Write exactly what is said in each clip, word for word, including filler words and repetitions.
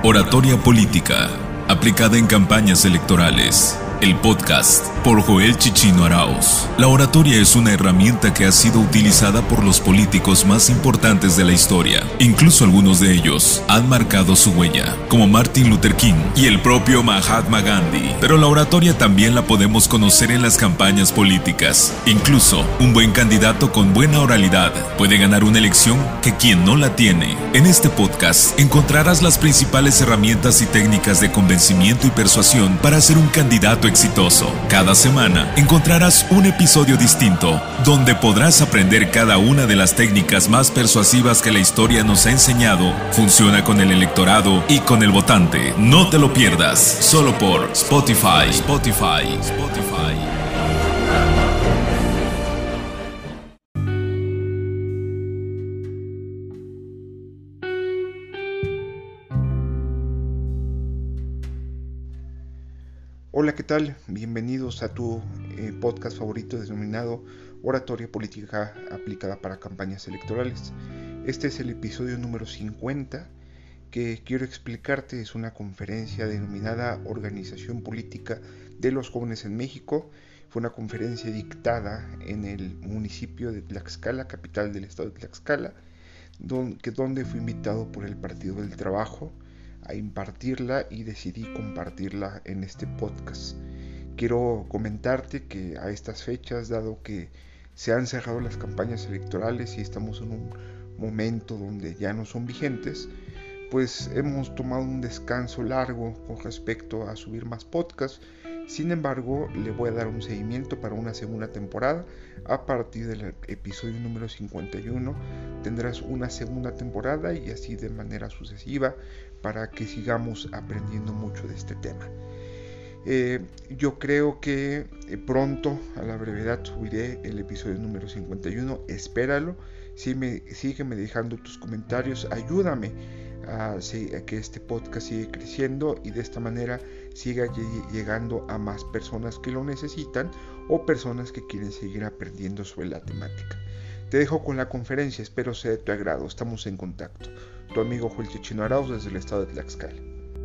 Oratoria política, aplicada en campañas electorales. El podcast por Joel Chichino Arauz. La oratoria es una herramienta que ha sido utilizada por los políticos más importantes de la historia. Incluso algunos de ellos han marcado su huella, como Martin Luther King y el propio Mahatma Gandhi. Pero la oratoria también la podemos conocer en las campañas políticas. Incluso un buen candidato con buena oralidad puede ganar una elección que quien no la tiene. En este podcast encontrarás las principales herramientas y técnicas de convencimiento y persuasión para ser un candidato exitoso. Cada semana encontrarás un episodio distinto, donde podrás aprender cada una de las técnicas más persuasivas que la historia nos ha enseñado. Funciona con el electorado y con el votante. No te lo pierdas, solo por Spotify. Spotify. Spotify. Hola, ¿qué tal? Bienvenidos a tu eh, podcast favorito denominado Oratoria Política aplicada para campañas electorales. Este es el episodio número cincuenta que quiero explicarte. Es una conferencia denominada Organización Política de los Jóvenes en México. Fue una conferencia dictada en el municipio de Tlaxcala, capital del estado de Tlaxcala, donde, donde fui invitado por el Partido del Trabajo a impartirla y decidí compartirla en este podcast. Quiero comentarte que a estas fechas, dado que se han cerrado las campañas electorales y estamos en un momento donde ya no son vigentes, pues hemos tomado un descanso largo con respecto a subir más podcasts. Sin embargo, le voy a dar un seguimiento para una segunda temporada. A partir del episodio número cincuenta y uno tendrás una segunda temporada y así de manera sucesiva para que sigamos aprendiendo mucho de este tema. Eh, yo creo que eh, pronto, a la brevedad, subiré el episodio número cincuenta y uno. Espéralo. Sígueme, sígueme dejando tus comentarios. Ayúdame a, a que este podcast siga creciendo y de esta manera siga llegando a más personas que lo necesitan o personas que quieren seguir aprendiendo sobre la temática. Te dejo con la conferencia, espero sea de tu agrado. Estamos en contacto. Tu amigo Joel Chichino Arauz desde el estado de Tlaxcala.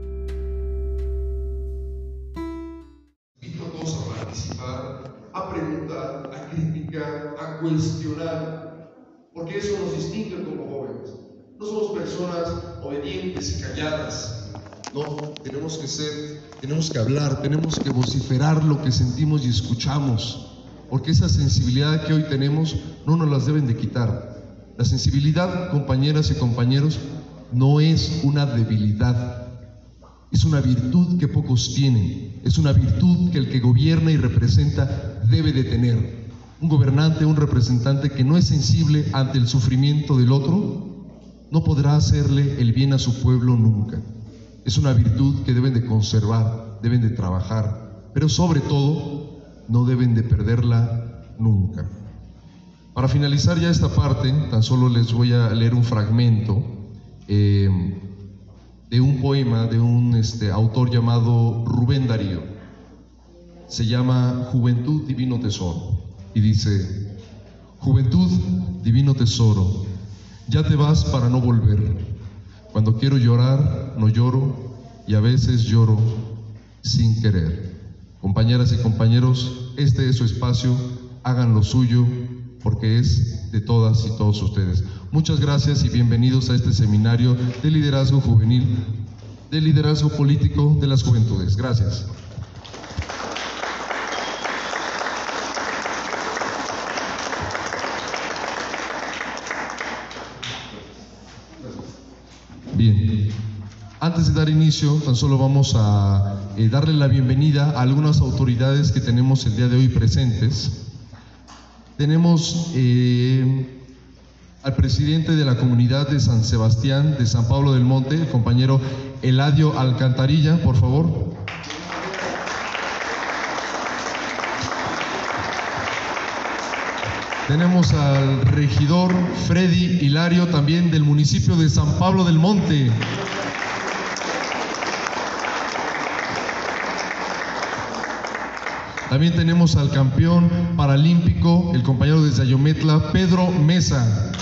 Invito a todos a participar, a preguntar, a criticar, a cuestionar, porque eso nos distingue como jóvenes. No somos personas obedientes y calladas. No, tenemos que ser, tenemos que hablar, tenemos que vociferar lo que sentimos y escuchamos, porque esa sensibilidad que hoy tenemos no nos las deben de quitar. La sensibilidad, compañeras y compañeros, no es una debilidad, es una virtud que pocos tienen, es una virtud que el que gobierna y representa debe de tener. Un gobernante, un representante que no es sensible ante el sufrimiento del otro, no podrá hacerle el bien a su pueblo nunca. Es una virtud que deben de conservar, deben de trabajar, pero sobre todo no deben de perderla nunca. Para finalizar ya esta parte, tan solo les voy a leer un fragmento eh, de un poema de un este, autor llamado Rubén Darío. Se llama Juventud, Divino Tesoro, y dice: Juventud, divino tesoro, ya te vas para no volver. Cuando quiero llorar, no lloro, y a veces lloro sin querer. Compañeras y compañeros, este es su espacio, hagan lo suyo, porque es de todas y todos ustedes. Muchas gracias y bienvenidos a este seminario de liderazgo juvenil, de liderazgo político de las juventudes. Gracias. Bien, antes de dar inicio, tan solo vamos a eh, darle la bienvenida a algunas autoridades que tenemos el día de hoy presentes. Tenemos eh, al presidente de la comunidad de San Sebastián, de San Pablo del Monte, el compañero Eladio Alcantarilla, por favor. Tenemos al regidor Freddy Hilario, también del municipio de San Pablo del Monte. También tenemos al campeón paralímpico, el compañero de Zayometla, Pedro Mesa.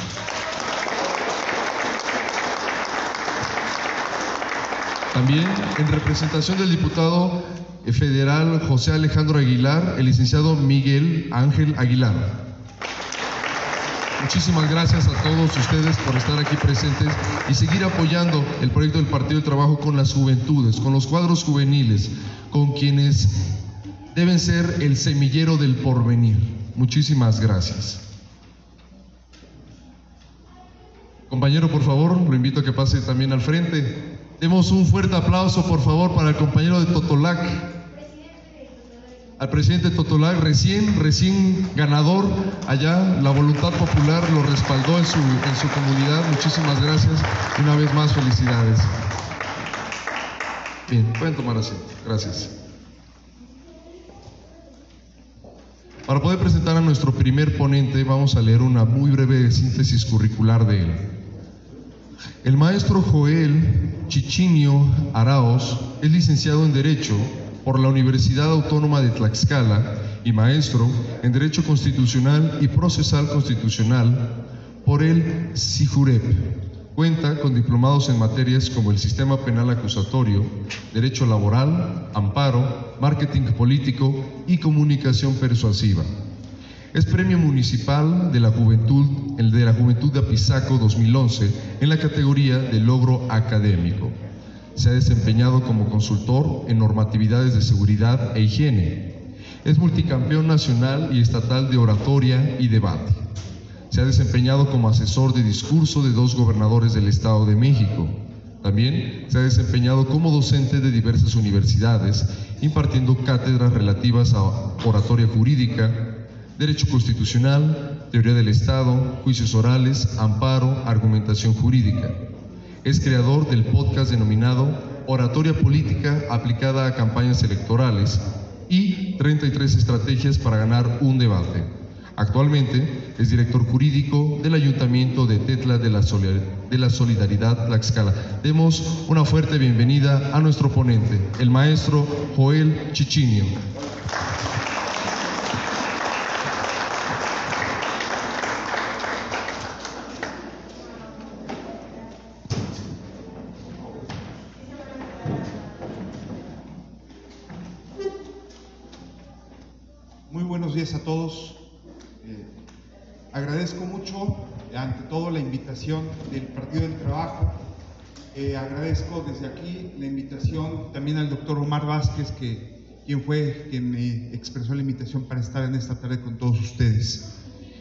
También en representación del diputado federal José Alejandro Aguilar, el licenciado Miguel Ángel Aguilar. Muchísimas gracias a todos ustedes por estar aquí presentes y seguir apoyando el proyecto del Partido del Trabajo con las juventudes, con los cuadros juveniles, con quienes deben ser el semillero del porvenir. Muchísimas gracias. Compañero, por favor, lo invito a que pase también al frente. Demos un fuerte aplauso, por favor, para el compañero de Totolac. Al presidente Totolac, recién, recién ganador allá, la voluntad popular lo respaldó en su, en su comunidad. Muchísimas gracias. Una vez más, felicidades. Bien, pueden tomar asiento. Gracias. Para poder presentar a nuestro primer ponente, vamos a leer una muy breve síntesis curricular de él. El maestro Joel Chichinio Araos es licenciado en Derecho por la Universidad Autónoma de Tlaxcala y maestro en Derecho Constitucional y Procesal Constitucional por el CIJUREP. Cuenta con diplomados en materias como el Sistema Penal Acusatorio, Derecho Laboral, Amparo, Marketing Político y Comunicación Persuasiva. Es Premio Municipal de la Juventud, el de la Juventud de Apizaco dos mil once en la categoría de Logro Académico. Se ha desempeñado como consultor en normatividades de seguridad e higiene. Es multicampeón nacional y estatal de oratoria y debate. Se ha desempeñado como asesor de discurso de dos gobernadores del Estado de México. También se ha desempeñado como docente de diversas universidades, impartiendo cátedras relativas a oratoria jurídica, Derecho Constitucional, Teoría del Estado, Juicios Orales, Amparo, Argumentación Jurídica. Es creador del podcast denominado Oratoria Política aplicada a campañas electorales y treinta y tres estrategias para ganar un debate. Actualmente es director jurídico del Ayuntamiento de Tetla de la, de la Solidaridad Tlaxcala. Demos una fuerte bienvenida a nuestro ponente, el maestro Joel Chichinio. Muy buenos días a todos. Eh, agradezco mucho, ante todo, la invitación del Partido del Trabajo. Eh, agradezco desde aquí la invitación también al doctor Omar Vázquez, que, quien fue quien me expresó la invitación para estar en esta tarde con todos ustedes.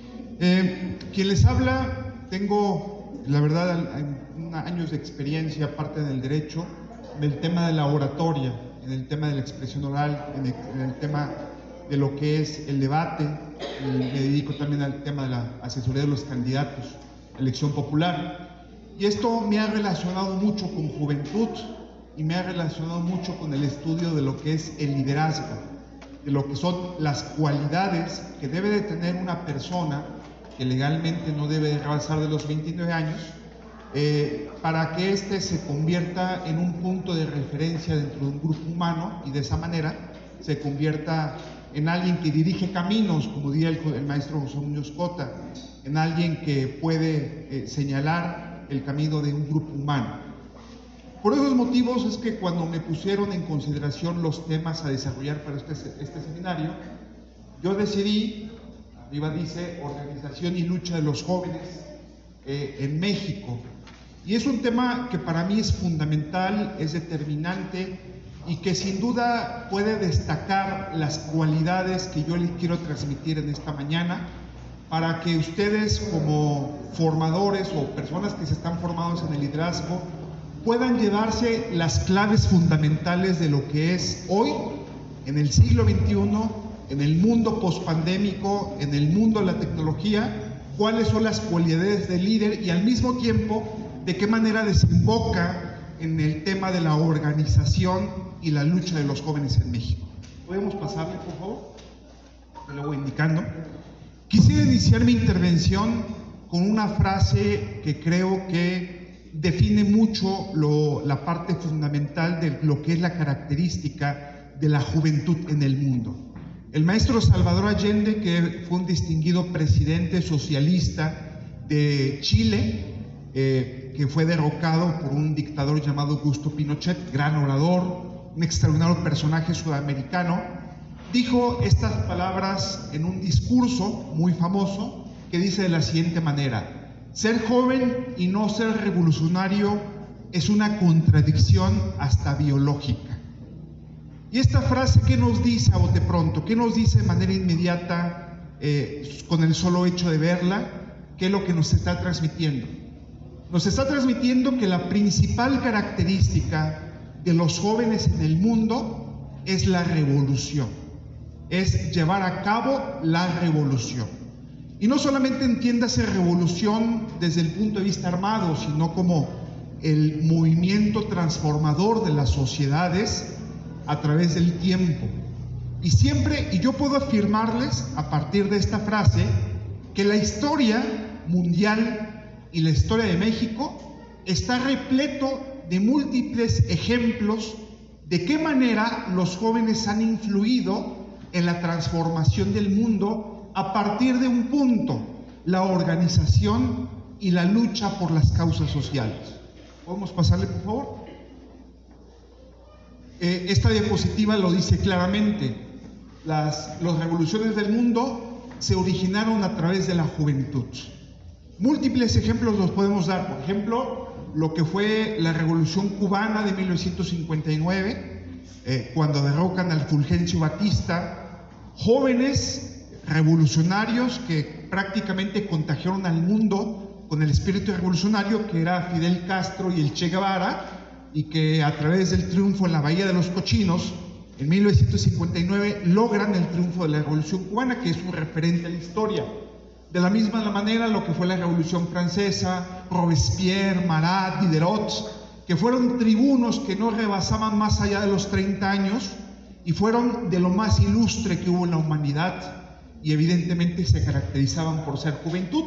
Eh, quien les habla, tengo, la verdad, años de experiencia, aparte del derecho, en el tema de la oratoria, en el tema de la expresión oral, en el, en el tema de lo que es el debate. Me dedico también al tema de la asesoría de los candidatos, elección popular. Y esto me ha relacionado mucho con juventud y me ha relacionado mucho con el estudio de lo que es el liderazgo, de lo que son las cualidades que debe de tener una persona que legalmente no debe de rebasar de los veintinueve años, eh, para que éste se convierta en un punto de referencia dentro de un grupo humano y de esa manera se convierta en alguien que dirige caminos, como diría el, el maestro José Muñoz Cota, en alguien que puede eh, señalar el camino de un grupo humano. Por esos motivos es que cuando me pusieron en consideración los temas a desarrollar para este, este seminario, yo decidí, arriba dice, organización y lucha de los jóvenes eh, en México. Y es un tema que para mí es fundamental, es determinante, y que sin duda puede destacar las cualidades que yo les quiero transmitir en esta mañana, para que ustedes, como formadores o personas que se están formados en el liderazgo, puedan llevarse las claves fundamentales de lo que es hoy, en el siglo veintiuno, en el mundo pospandémico, en el mundo de la tecnología, cuáles son las cualidades del líder y al mismo tiempo de qué manera desemboca en el tema de la organización y la lucha de los jóvenes en México. ¿Podemos pasarle, por favor? Me lo voy indicando. Quisiera iniciar mi intervención con una frase que creo que define mucho lo, la parte fundamental de lo que es la característica de la juventud en el mundo. El maestro Salvador Allende, que fue un distinguido presidente socialista de Chile, eh, que fue derrocado por un dictador llamado Augusto Pinochet, gran orador, un extraordinario personaje sudamericano, dijo estas palabras en un discurso muy famoso que dice de la siguiente manera: ser joven y no ser revolucionario es una contradicción hasta biológica. Y esta frase, ¿qué nos dice a bote pronto? ¿Qué nos dice de manera inmediata eh, con el solo hecho de verla? ¿Qué es lo que nos está transmitiendo? Nos está transmitiendo que la principal característica de los jóvenes en el mundo es la revolución, es llevar a cabo la revolución. Y no solamente entiéndase revolución desde el punto de vista armado, sino como el movimiento transformador de las sociedades a través del tiempo. Y siempre, y yo puedo afirmarles a partir de esta frase, que la historia mundial y la historia de México está repleto de múltiples ejemplos de qué manera los jóvenes han influido en la transformación del mundo a partir de un punto: la organización y la lucha por las causas sociales. ¿Podemos pasarle, por favor? Eh, esta diapositiva lo dice claramente. Las, las revoluciones del mundo se originaron a través de la juventud. Múltiples ejemplos los podemos dar. Por ejemplo, lo que fue la Revolución Cubana de mil novecientos cincuenta y nueve, eh, cuando derrocan al Fulgencio Batista, jóvenes revolucionarios que prácticamente contagiaron al mundo con el espíritu revolucionario, que era Fidel Castro y el Che Guevara, y que a través del triunfo en la Bahía de los Cochinos, en mil novecientos cincuenta y nueve, logran el triunfo de la Revolución Cubana, que es un referente a la historia. De la misma manera, lo que fue la Revolución Francesa, Robespierre, Marat, Diderot, que fueron tribunos que no rebasaban más allá de los treinta años y fueron de lo más ilustre que hubo en la humanidad, y evidentemente se caracterizaban por ser juventud.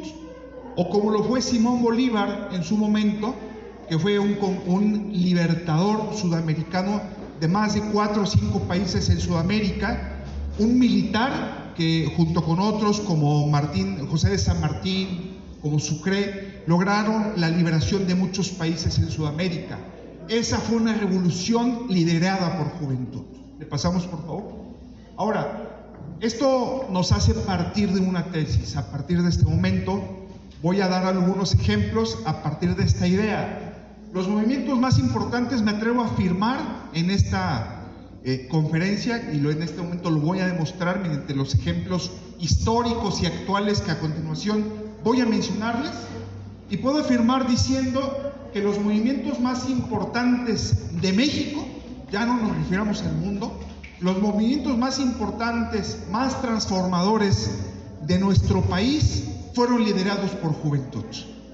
O como lo fue Simón Bolívar en su momento, que fue un, un libertador sudamericano de más de cuatro o cinco países en Sudamérica, un militar que junto con otros como Martín, José de San Martín, como Sucre, lograron la liberación de muchos países en Sudamérica. Esa fue una revolución liderada por juventud. ¿Le pasamos, por favor? Ahora, esto nos hace partir de una tesis. A partir de este momento voy a dar algunos ejemplos a partir de esta idea. Los movimientos más importantes, me atrevo a afirmar en esta eh, conferencia, y lo, en este momento lo voy a demostrar mediante los ejemplos históricos y actuales que a continuación voy a mencionarles, y puedo afirmar diciendo que los movimientos más importantes de México, ya no nos refiramos al mundo, los movimientos más importantes, más transformadores de nuestro país fueron liderados por juventud.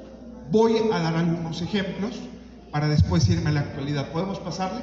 Voy a dar algunos ejemplos para después irme a la actualidad. ¿Podemos pasarle?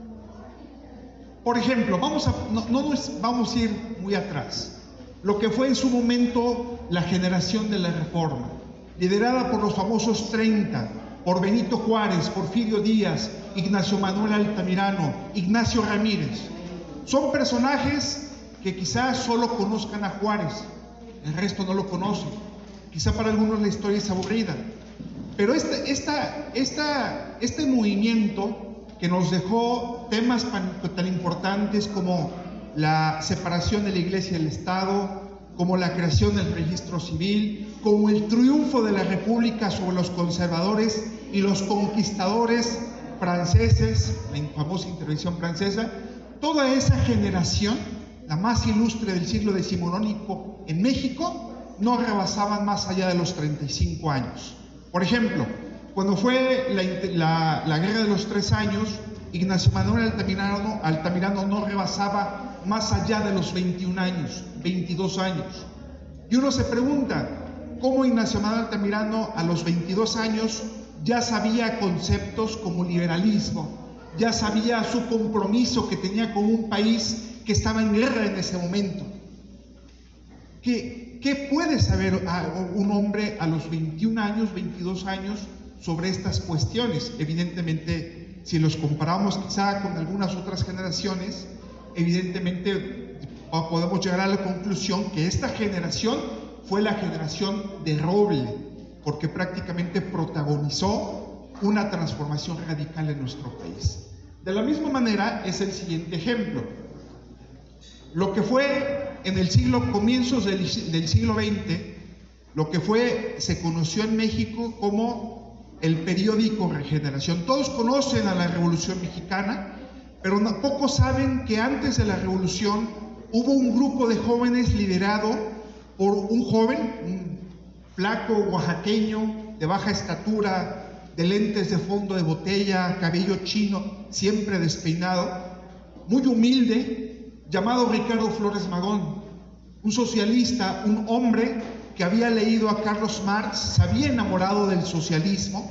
Por ejemplo, vamos a, no, no nos vamos a ir muy atrás. Lo que fue en su momento la generación de la Reforma, liderada por los famosos treinta, por Benito Juárez, Porfirio Díaz, Ignacio Manuel Altamirano, Ignacio Ramírez. Son personajes que quizás solo conozcan a Juárez, el resto no lo conocen. Quizá para algunos la historia es aburrida, pero este, esta, esta, este movimiento que nos dejó temas tan importantes como la separación de la Iglesia y el Estado, como la creación del registro civil, como el triunfo de la República sobre los conservadores y los conquistadores franceses, la famosa intervención francesa, toda esa generación, la más ilustre del siglo decimonónico en México, no rebasaban más allá de los treinta y cinco años. Por ejemplo, cuando fue la, la, la Guerra de los Tres Años, Ignacio Manuel Altamirano, Altamirano no rebasaba más allá de los veintiún años, veintidós años. Y uno se pregunta, ¿cómo Ignacio Manuel Altamirano a los veintidós años ya sabía conceptos como liberalismo, ya sabía su compromiso que tenía con un país que estaba en guerra en ese momento? ¿Qué, qué puede saber a un hombre a los veintiún años, veintidós años sobre estas cuestiones? Evidentemente, si los comparamos quizá con algunas otras generaciones, evidentemente podemos llegar a la conclusión que esta generación fue la generación de roble, porque prácticamente protagonizó una transformación radical en nuestro país. De la misma manera es el siguiente ejemplo. Lo que fue en el siglo, comienzos del, del siglo veinte, lo que fue, se conoció en México como el periódico Regeneración. Todos conocen a la Revolución Mexicana, pero no, pocos saben que antes de la Revolución hubo un grupo de jóvenes liderado por un joven, un flaco oaxaqueño, de baja estatura, de lentes de fondo de botella, cabello chino, siempre despeinado, muy humilde, llamado Ricardo Flores Magón, un socialista, un hombre que había leído a Carlos Marx, se había enamorado del socialismo,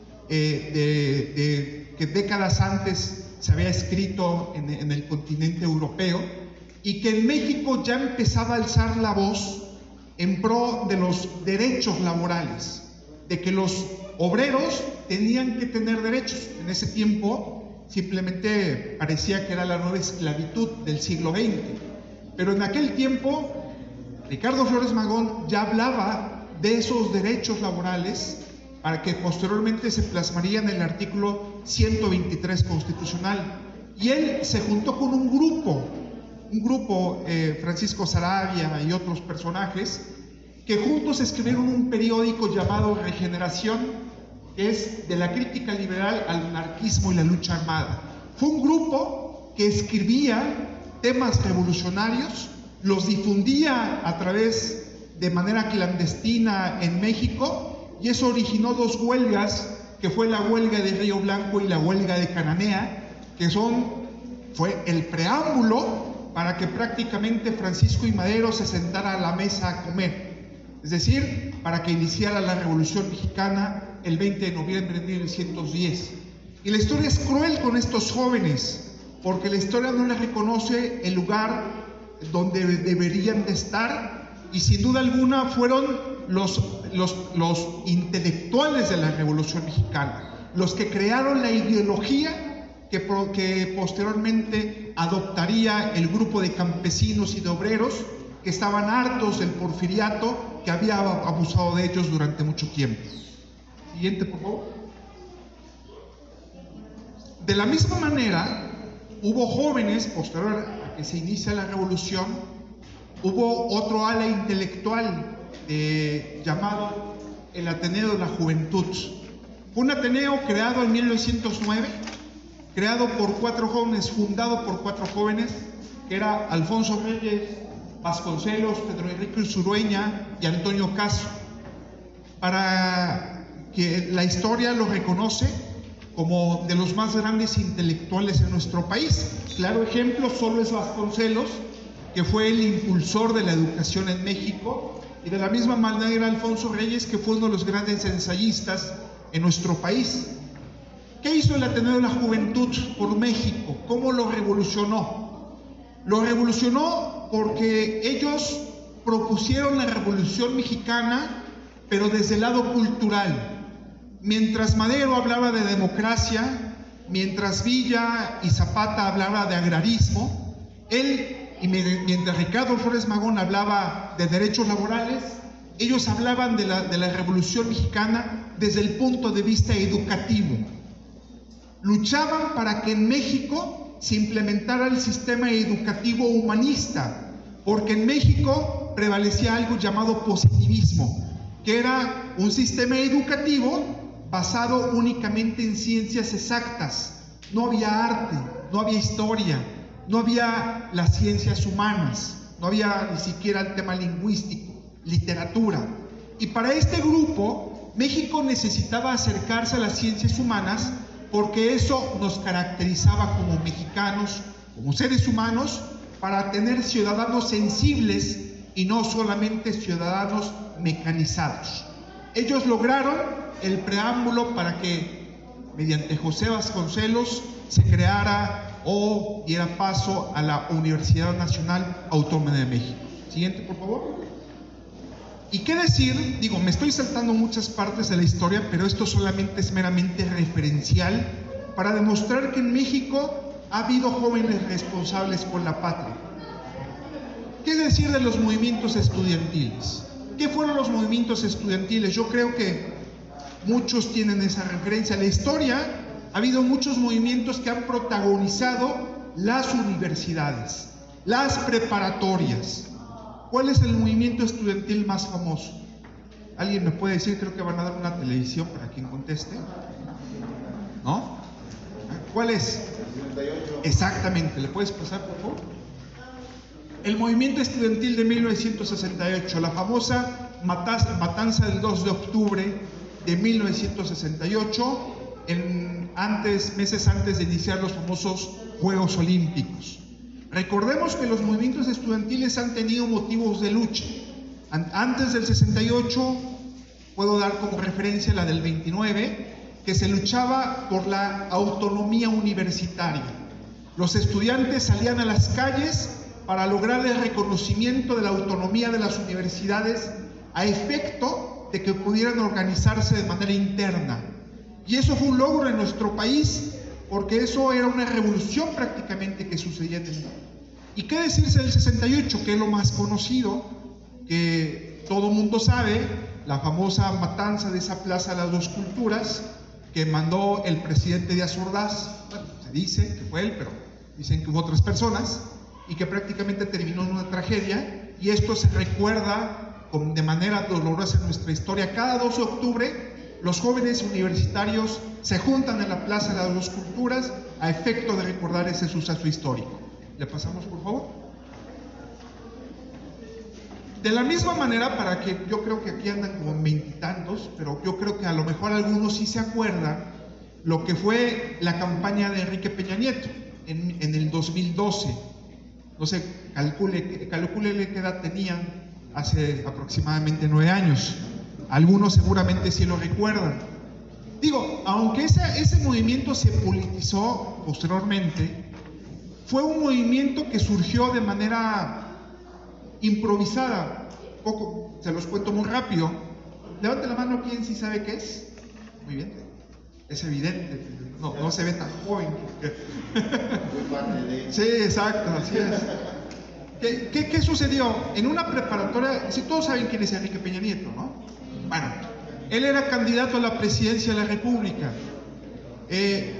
eh, de, de, que décadas antes se había escrito en, en el continente europeo, y que en México ya empezaba a alzar la voz en pro de los derechos laborales, de que los obreros tenían que tener derechos. En ese tiempo simplemente parecía que era la nueva esclavitud del siglo veinte, pero en aquel tiempo Ricardo Flores Magón ya hablaba de esos derechos laborales, para que posteriormente se plasmaría en el artículo ciento veintitrés constitucional. Y él se juntó con un grupo, un grupo, eh, Francisco Saravia y otros personajes, que juntos escribieron un periódico llamado Regeneración, que es de la crítica liberal al anarquismo y la lucha armada. Fue un grupo que escribía temas revolucionarios, los difundía a través de manera clandestina en México, y eso originó dos huelgas, que fue la huelga de Río Blanco y la huelga de Cananea, que son, fue el preámbulo para que prácticamente Francisco I. Madero se sentara a la mesa a comer, es decir, para que iniciara la Revolución Mexicana el veinte de noviembre de mil novecientos diez. Y la historia es cruel con estos jóvenes, porque la historia no les reconoce el lugar donde deberían de estar, y sin duda alguna fueron los, los, los intelectuales de la Revolución Mexicana, los que crearon la ideología que, que posteriormente adoptaría el grupo de campesinos y de obreros que estaban hartos del porfiriato, que había abusado de ellos durante mucho tiempo. Siguiente, por favor. De la misma manera, hubo jóvenes, posterior a que se inicia la revolución, hubo otro ala intelectual eh, llamado el Ateneo de la Juventud. Fue un Ateneo creado en mil novecientos nueve, creado por cuatro jóvenes, fundado por cuatro jóvenes, que era Alfonso Reyes, Vasconcelos, Pedro Enrique Usurueña y Antonio Caso, para que la historia lo reconoce como de los más grandes intelectuales en nuestro país. Claro ejemplo solo es Vasconcelos, que fue el impulsor de la educación en México, y de la misma manera Alfonso Reyes, que fue uno de los grandes ensayistas en nuestro país. ¿Qué hizo el Ateneo de la Juventud por México? ¿Cómo lo revolucionó? Lo revolucionó porque ellos propusieron la Revolución Mexicana, pero desde el lado cultural. Mientras Madero hablaba de democracia, mientras Villa y Zapata hablaba de agrarismo, él, y mientras Ricardo Flores Magón hablaba de derechos laborales, ellos hablaban de la, de la Revolución Mexicana desde el punto de vista educativo. Luchaban para que en México se implementara el sistema educativo humanista, porque en México prevalecía algo llamado positivismo, que era un sistema educativo basado únicamente en ciencias exactas. No había arte, no había historia, no había las ciencias humanas, no había ni siquiera el tema lingüístico, literatura. Y para este grupo, México necesitaba acercarse a las ciencias humanas, porque eso nos caracterizaba como mexicanos, como seres humanos, para tener ciudadanos sensibles y no solamente ciudadanos mecanizados. Ellos lograron el preámbulo para que, mediante José Vasconcelos, se creara o diera paso a la Universidad Nacional Autónoma de México. Siguiente, por favor. ¿Y qué decir? Digo, me estoy saltando muchas partes de la historia, pero esto solamente es meramente referencial para demostrar que en México ha habido jóvenes responsables con la patria. ¿Qué decir de los movimientos estudiantiles? ¿qué fueron los movimientos estudiantiles? Yo creo que muchos tienen esa referencia. En la historia ha habido muchos movimientos que han protagonizado las universidades, las preparatorias. ¿Cuál es el movimiento estudiantil más famoso? ¿Alguien me puede decir? Creo que van a dar una televisión para quien conteste. ¿No? ¿Cuál es? Exactamente, ¿le puedes pasar, por favor? El movimiento estudiantil de mil novecientos sesenta y ocho, la famosa matanza del dos de octubre de mil novecientos sesenta y ocho, en antes, meses antes de iniciar los famosos Juegos Olímpicos. Recordemos que los movimientos estudiantiles han tenido motivos de lucha. Antes del sesenta y ocho, puedo dar como referencia la del veintinueve, que se luchaba por la autonomía universitaria. Los estudiantes salían a las calles para lograr el reconocimiento de la autonomía de las universidades a efecto de que pudieran organizarse de manera interna. Y eso fue un logro en nuestro país, porque eso era una revolución prácticamente que sucedía en el mundo. ¿Y qué decirse del sesenta y ocho, que es lo más conocido, que todo mundo sabe, la famosa matanza de esa Plaza de las Dos Culturas, que mandó el presidente Díaz Ordaz? Bueno, se dice que fue él, pero dicen que hubo otras personas, y que prácticamente terminó en una tragedia, y esto se recuerda con, de manera dolorosa en nuestra historia. Cada doce de octubre los jóvenes universitarios se juntan en la Plaza de las Dos Culturas a efecto de recordar ese suceso histórico. ¿Le pasamos, por favor? De la misma manera, para que yo creo que aquí andan como veintitantos, pero yo creo que a lo mejor algunos sí se acuerdan lo que fue la campaña de Enrique Peña Nieto en, en el dos mil doce. No sé, calcule, calcule qué edad tenían hace aproximadamente nueve años. Algunos seguramente sí lo recuerdan. Digo, aunque ese, ese movimiento se politizó posteriormente, fue un movimiento que surgió de manera improvisada. Poco, se los cuento muy rápido. Levante la mano quien sí sabe qué es. Muy bien, es evidente, no, no se ve tan joven. Sí, exacto, así es. ¿Qué, qué, qué sucedió? En una preparatoria, si todos saben quién es Enrique Peña Nieto, ¿no? Bueno, él era candidato a la presidencia de la República. Eh,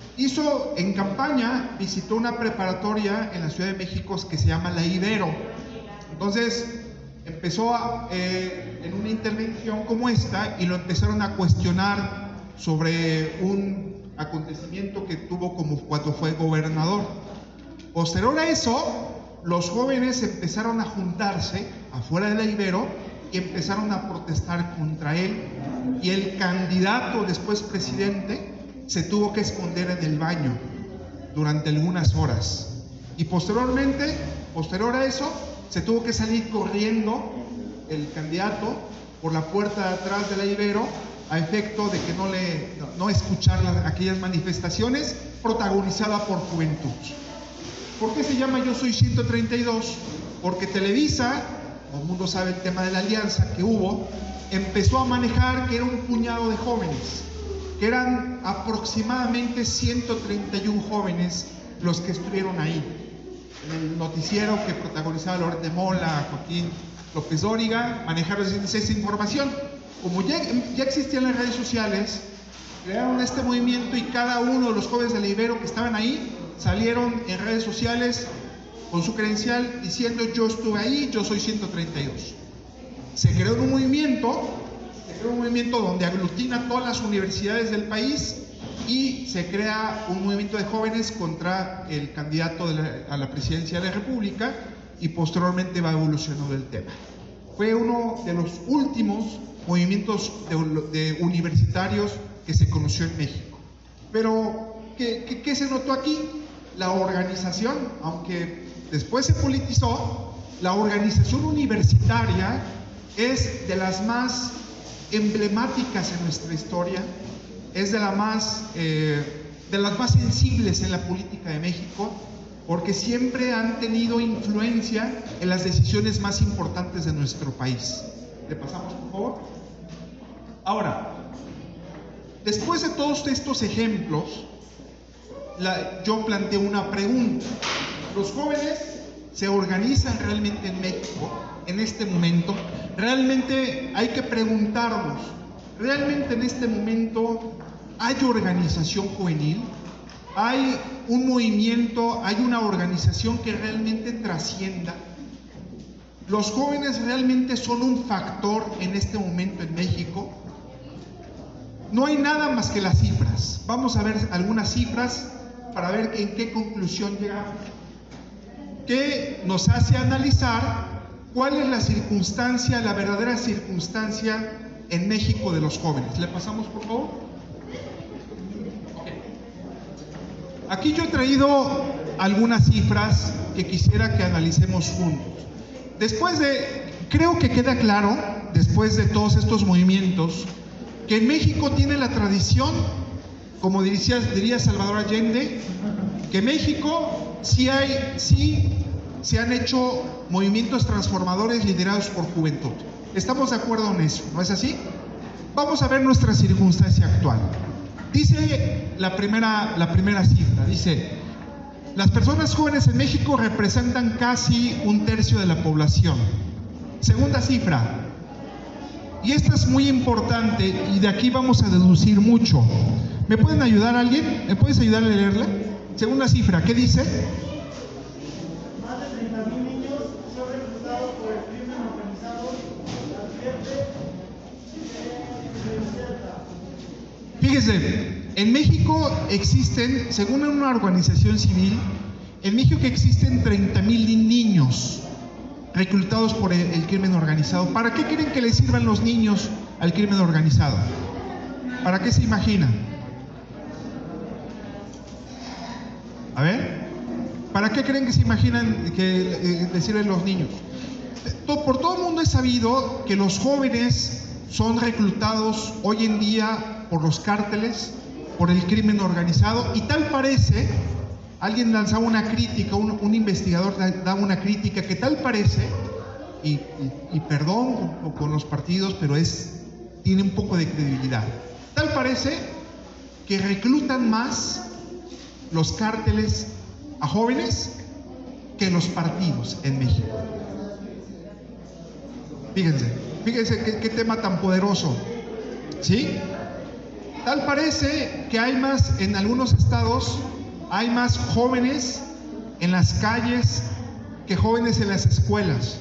hizo en campaña, visitó una preparatoria en la Ciudad de México que se llama La Ibero. Entonces empezó a, eh, en una intervención como esta, y lo empezaron a cuestionar sobre un acontecimiento que tuvo como cuando fue gobernador. Posterior a eso, los jóvenes empezaron a juntarse afuera de La Ibero y empezaron a protestar contra él, y el candidato, después presidente, se tuvo que esconder en el baño durante algunas horas, y posteriormente, posterior a eso, se tuvo que salir corriendo el candidato por la puerta de atrás de La Ibero a efecto de que no, le, no, no escuchar las, aquellas manifestaciones protagonizadas por juventud. ¿Por qué se llama Yo Soy ciento treinta y dos? Porque Televisa, todo el mundo sabe el tema de la alianza que hubo, empezó a manejar que era un puñado de jóvenes, que eran aproximadamente ciento treinta y uno jóvenes los que estuvieron ahí. En el noticiero que protagonizaba Loret de Mola, Joaquín López Dóriga, manejaron esa información. Como ya, ya existían las redes sociales, crearon este movimiento, y cada uno de los jóvenes de La Ibero que estaban ahí salieron en redes sociales con su credencial diciendo: yo estuve ahí, yo soy ciento treinta y dos. Se creó un movimiento, se creó un movimiento donde aglutina todas las universidades del país, y se crea un movimiento de jóvenes contra el candidato de la, a la presidencia de la República, y posteriormente va evolucionando el tema. Fue uno de los últimos movimientos de, de universitarios que se conoció en México. Pero, ¿qué, qué, qué se notó aquí? La organización, aunque después se politizó, la organización universitaria es de las más emblemáticas en nuestra historia, es de, la más, eh, de las más sensibles en la política de México, porque siempre han tenido influencia en las decisiones más importantes de nuestro país. ¿Le pasamos, por favor? Ahora, después de todos estos ejemplos, la, yo planteo una pregunta. ¿Los jóvenes se organizan realmente en México? en este momento, realmente hay que preguntarnos, ¿realmente en este momento hay organización juvenil? ¿Hay un movimiento, hay una organización que realmente trascienda? ¿Los jóvenes realmente son un factor en este momento en México? No hay nada más que las cifras. Vamos a ver algunas cifras para ver en qué conclusión llegamos, que nos hace analizar cuál es la circunstancia, la verdadera circunstancia en México de los jóvenes. ¿Le pasamos, por favor? Aquí yo he traído algunas cifras que quisiera que analicemos juntos. Después de, creo que queda claro, después de todos estos movimientos, que en México tiene la tradición, como diría, diría Salvador Allende, que México sí hay, sí se han hecho movimientos transformadores liderados por juventud. Estamos de acuerdo en eso, ¿no es así? Vamos a ver nuestra circunstancia actual. Dice la primera, la primera cifra, dice, las personas jóvenes en México representan casi un tercio de la población. Segunda cifra, y esta es muy importante y de aquí vamos a deducir mucho. ¿Me pueden ayudar alguien? ¿Me puedes ayudar a leerla? Segunda cifra, ¿qué dice? Más de treinta mil niños son reclutados por el crimen organizado, advierte, Fíjese, en México existen, según una organización civil, en México existen treinta mil niños reclutados por el, el crimen organizado. ¿Para qué creen que les sirvan los niños al crimen organizado? ¿Para qué se imaginan? A ver, ¿para qué creen que se imaginan que eh, les sirven los niños? Por todo el mundo es sabido que los jóvenes son reclutados hoy en día por los cárteles, por el crimen organizado, y tal parece, alguien lanzaba una crítica, un, un investigador daba una crítica, que tal parece, y, y, y perdón con, con los partidos, pero es, tiene un poco de credibilidad, tal parece que reclutan más los cárteles a jóvenes que los partidos en México. Fíjense, fíjense qué, qué tema tan poderoso, ¿sí? Tal parece que hay más, en algunos estados, hay más jóvenes en las calles que jóvenes en las escuelas.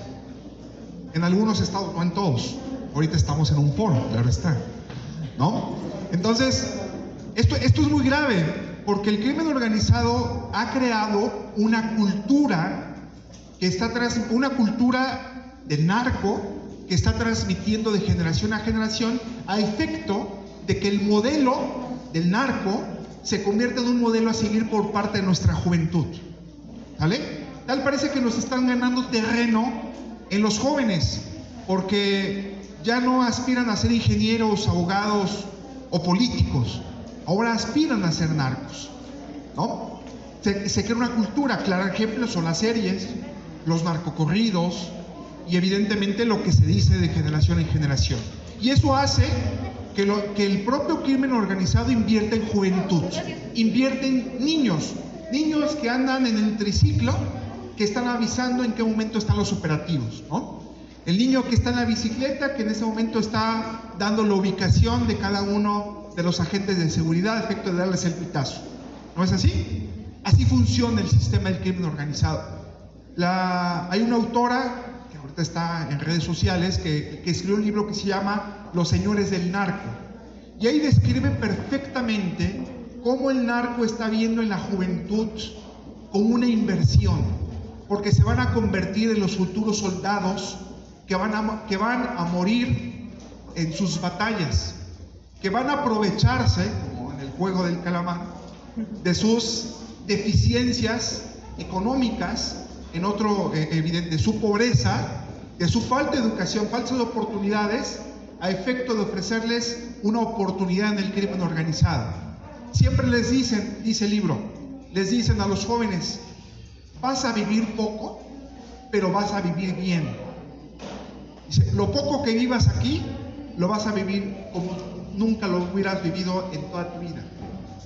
En algunos estados, no en todos. Ahorita estamos en un foro, claro está, ¿no? Entonces, esto, esto es muy grave, porque el crimen organizado ha creado una cultura que está tras, una cultura del narco que está transmitiendo de generación a generación, a efecto de que el modelo del narco se convierta en un modelo a seguir por parte de nuestra juventud. ¿Vale? Tal parece que nos están ganando terreno en los jóvenes, porque ya no aspiran a ser ingenieros, abogados o políticos, ahora aspiran a ser narcos, ¿no? Se, se crea una cultura, claro ejemplo son las series, los narcocorridos y evidentemente lo que se dice de generación en generación. Y eso hace que, lo, que el propio crimen organizado invierte en juventud, invierte en niños, niños que andan en el triciclo, que están avisando en qué momento están los operativos, ¿no? El niño que está en la bicicleta, que en ese momento está dando la ubicación de cada uno de los agentes de seguridad a efecto de darles el pitazo. ¿No es así? Así funciona el sistema del crimen organizado. La, hay una autora que ahorita está en redes sociales que, que escribió un libro que se llama Los Señores del Narco, y ahí describe perfectamente cómo el narco está viendo en la juventud como una inversión, porque se van a convertir en los futuros soldados que van a, que van a morir en sus batallas, que van a aprovecharse, como en el juego del calamar, de sus deficiencias económicas, en otro eh, evidente, de su pobreza, de su falta de educación, faltas de oportunidades, a efecto de ofrecerles una oportunidad en el crimen organizado. Siempre les dicen, dice el libro, les dicen a los jóvenes: vas a vivir poco, pero vas a vivir bien. Dice, lo poco que vivas aquí, lo vas a vivir como nunca lo hubieras vivido en toda tu vida.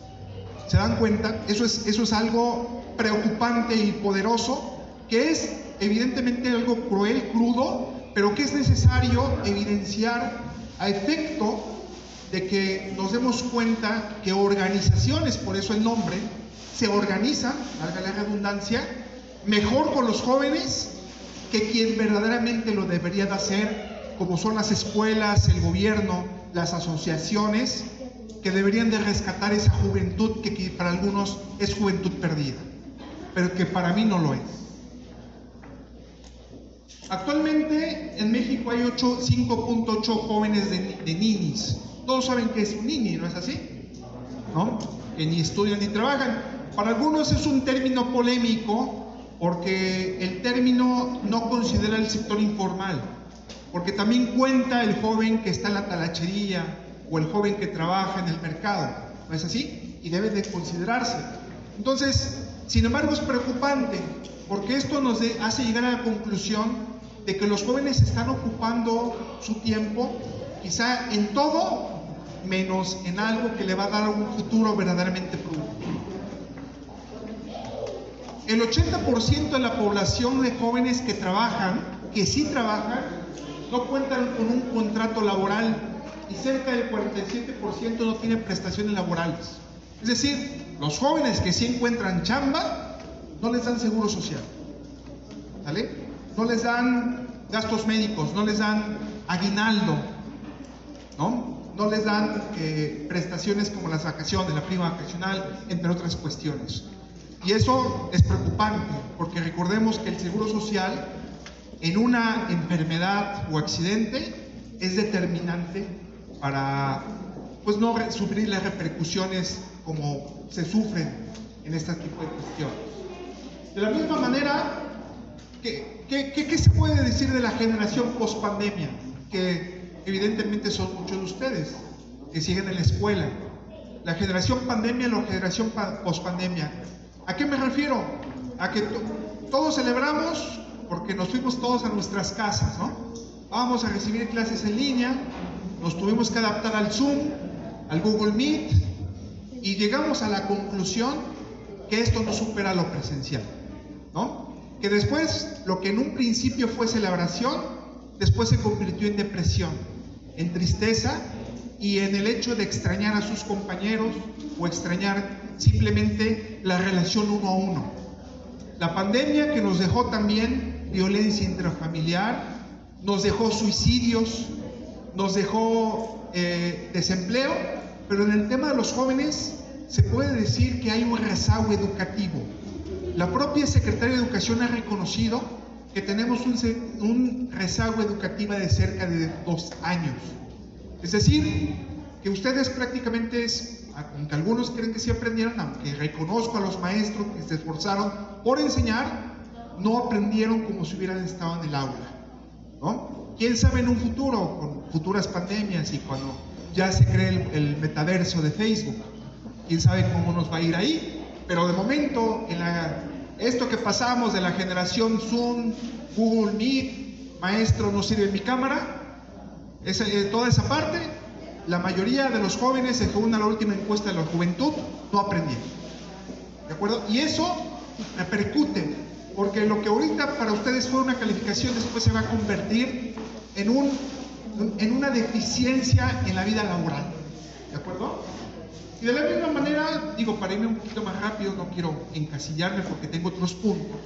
¿Se dan cuenta? Eso es, eso es algo preocupante y poderoso, que es evidentemente algo cruel, crudo, pero que es necesario evidenciar a efecto de que nos demos cuenta que organizaciones, por eso el nombre, se organizan, valga la redundancia, mejor con los jóvenes que quien verdaderamente lo debería de hacer, como son las escuelas, el gobierno, las asociaciones, que deberían de rescatar esa juventud que, que para algunos es juventud perdida, pero que para mí no lo es. Actualmente en México hay cinco punto ocho jóvenes de, de ninis. Todos saben que es un nini, ¿no es así? ¿No? Que ni estudian ni trabajan. Para algunos es un término polémico porque el término no considera el sector informal, porque también cuenta el joven que está en la talachería o el joven que trabaja en el mercado, ¿no es así? Y debe de considerarse. Entonces, sin embargo, es preocupante porque esto nos de, hace llegar a la conclusión de que los jóvenes están ocupando su tiempo quizá en todo menos en algo que le va a dar un futuro verdaderamente productivo. El ochenta por ciento de la población de jóvenes que trabajan, que sí trabajan, no cuentan con un contrato laboral y cerca del cuarenta y siete por ciento no tienen prestaciones laborales. Es decir, los jóvenes que sí encuentran chamba, no les dan seguro social, ¿vale? No les dan gastos médicos, no les dan aguinaldo, ¿no? No les dan eh, prestaciones como las vacaciones, la prima vacacional, entre otras cuestiones. Y eso es preocupante, porque recordemos que el seguro social en una enfermedad o accidente es determinante para pues no sufrir las repercusiones como se sufren en este tipo de cuestiones. De la misma manera, ¿qué, qué, qué, qué se puede decir de la generación post-pandemia? Que evidentemente son muchos de ustedes que siguen en la escuela. La generación pandemia, la generación post-pandemia. ¿A qué me refiero? A que to todos celebramos porque nos fuimos todos a nuestras casas, ¿no? Vamos a recibir clases en línea, nos tuvimos que adaptar al Zoom, al Google Meet, y llegamos a la conclusión que esto no supera lo presencial, ¿no? Que después, lo que en un principio fue celebración, después se convirtió en depresión, en tristeza y en el hecho de extrañar a sus compañeros o extrañar simplemente la relación uno a uno. La pandemia que nos dejó también violencia intrafamiliar, nos dejó suicidios, nos dejó eh, desempleo, pero en el tema de los jóvenes se puede decir que hay un rezago educativo. La propia Secretaría de Educación ha reconocido que tenemos un, un rezago educativo de cerca de dos años. Es decir, que ustedes prácticamente, es, aunque algunos creen que sí aprendieron, aunque reconozco a los maestros que se esforzaron por enseñar, no aprendieron como si hubieran estado en el aula, ¿no? ¿Quién sabe en un futuro, con futuras pandemias y cuando ya se cree el, el metaverso de Facebook, quién sabe cómo nos va a ir ahí? Pero de momento, en la, esto que pasamos de la generación Zoom, Google Meet, maestro no sirve mi cámara, esa, eh, toda esa parte, la mayoría de los jóvenes, según la última encuesta de la juventud, no aprendieron, ¿de acuerdo? Y eso repercute, porque lo que ahorita para ustedes fue una calificación, después se va a convertir en, un, en una deficiencia en la vida laboral, ¿de acuerdo? Y de la misma manera, digo, para irme un poquito más rápido, no quiero encasillarme porque tengo otros puntos.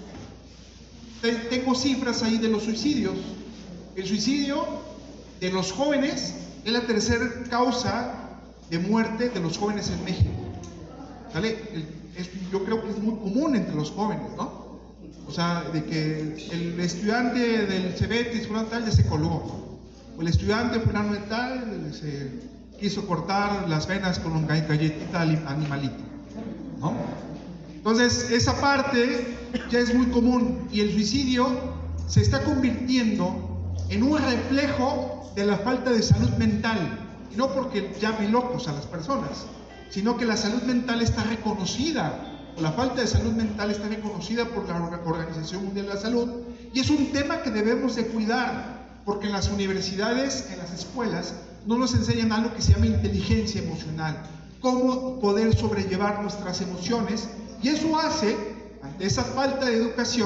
Tengo cifras ahí de los suicidios. El suicidio de los jóvenes es la tercera causa de muerte de los jóvenes en México, ¿vale? Es, yo creo que es muy común entre los jóvenes, ¿no? O sea, de que el estudiante del Cebetis, fulano tal, ya se colgó, o el estudiante fulano de tal se quiso cortar las venas con un galletita animalito, ¿no? Entonces, esa parte ya es muy común y el suicidio se está convirtiendo en un reflejo de la falta de salud mental, y no porque llame locos a las personas, sino que la salud mental está reconocida, o la falta de salud mental está reconocida por la Organización Mundial de la Salud, y es un tema que debemos de cuidar, porque en las universidades, en las escuelas, no nos enseñan algo que se llama inteligencia emocional, cómo poder sobrellevar nuestras emociones, y eso hace, ante esa falta de educación,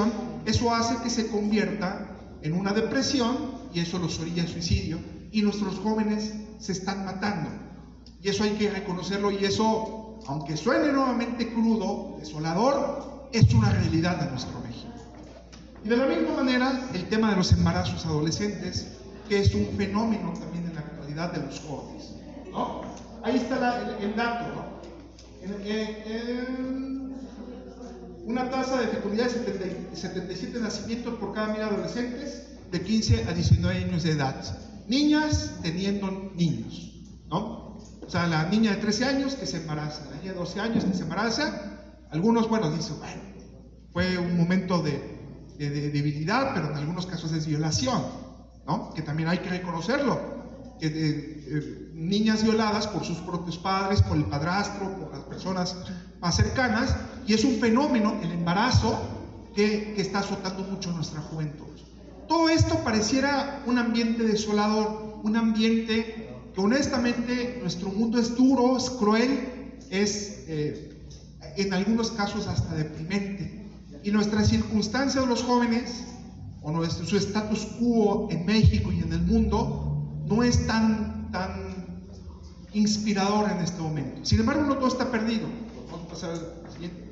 eso hace que se convierta en una depresión y eso los orilla al suicidio y nuestros jóvenes se están matando. Y eso hay que reconocerlo y eso, aunque suene nuevamente crudo, desolador, es una realidad de nuestro México. Y de la misma manera, el tema de los embarazos adolescentes, que es un fenómeno también en la actualidad de los jóvenes, ¿no? Ahí está la, el, el dato, ¿no? En, en, en una tasa de fecundidad de setenta y siete nacimientos por cada mil adolescentes de quince a diecinueve años de edad. Niñas teniendo niños, ¿no? O sea, la niña de trece años que se embaraza, la niña de doce años que se embaraza. Algunos, bueno, dicen, bueno, fue un momento de, de, de debilidad, pero en algunos casos es violación, ¿no? Que también hay que reconocerlo, que de, eh, niñas violadas por sus propios padres, por el padrastro, por las personas más cercanas, y es un fenómeno, el embarazo, que, que está azotando mucho a nuestra juventud. Todo esto pareciera un ambiente desolador, un ambiente que honestamente nuestro mundo es duro, es cruel, es eh, en algunos casos hasta deprimente. Y nuestras circunstancias de los jóvenes, o nuestro, su status quo en México y en el mundo, no es tan, tan inspirador en este momento. Sin embargo, no todo está perdido. Vamos a pasar al siguiente.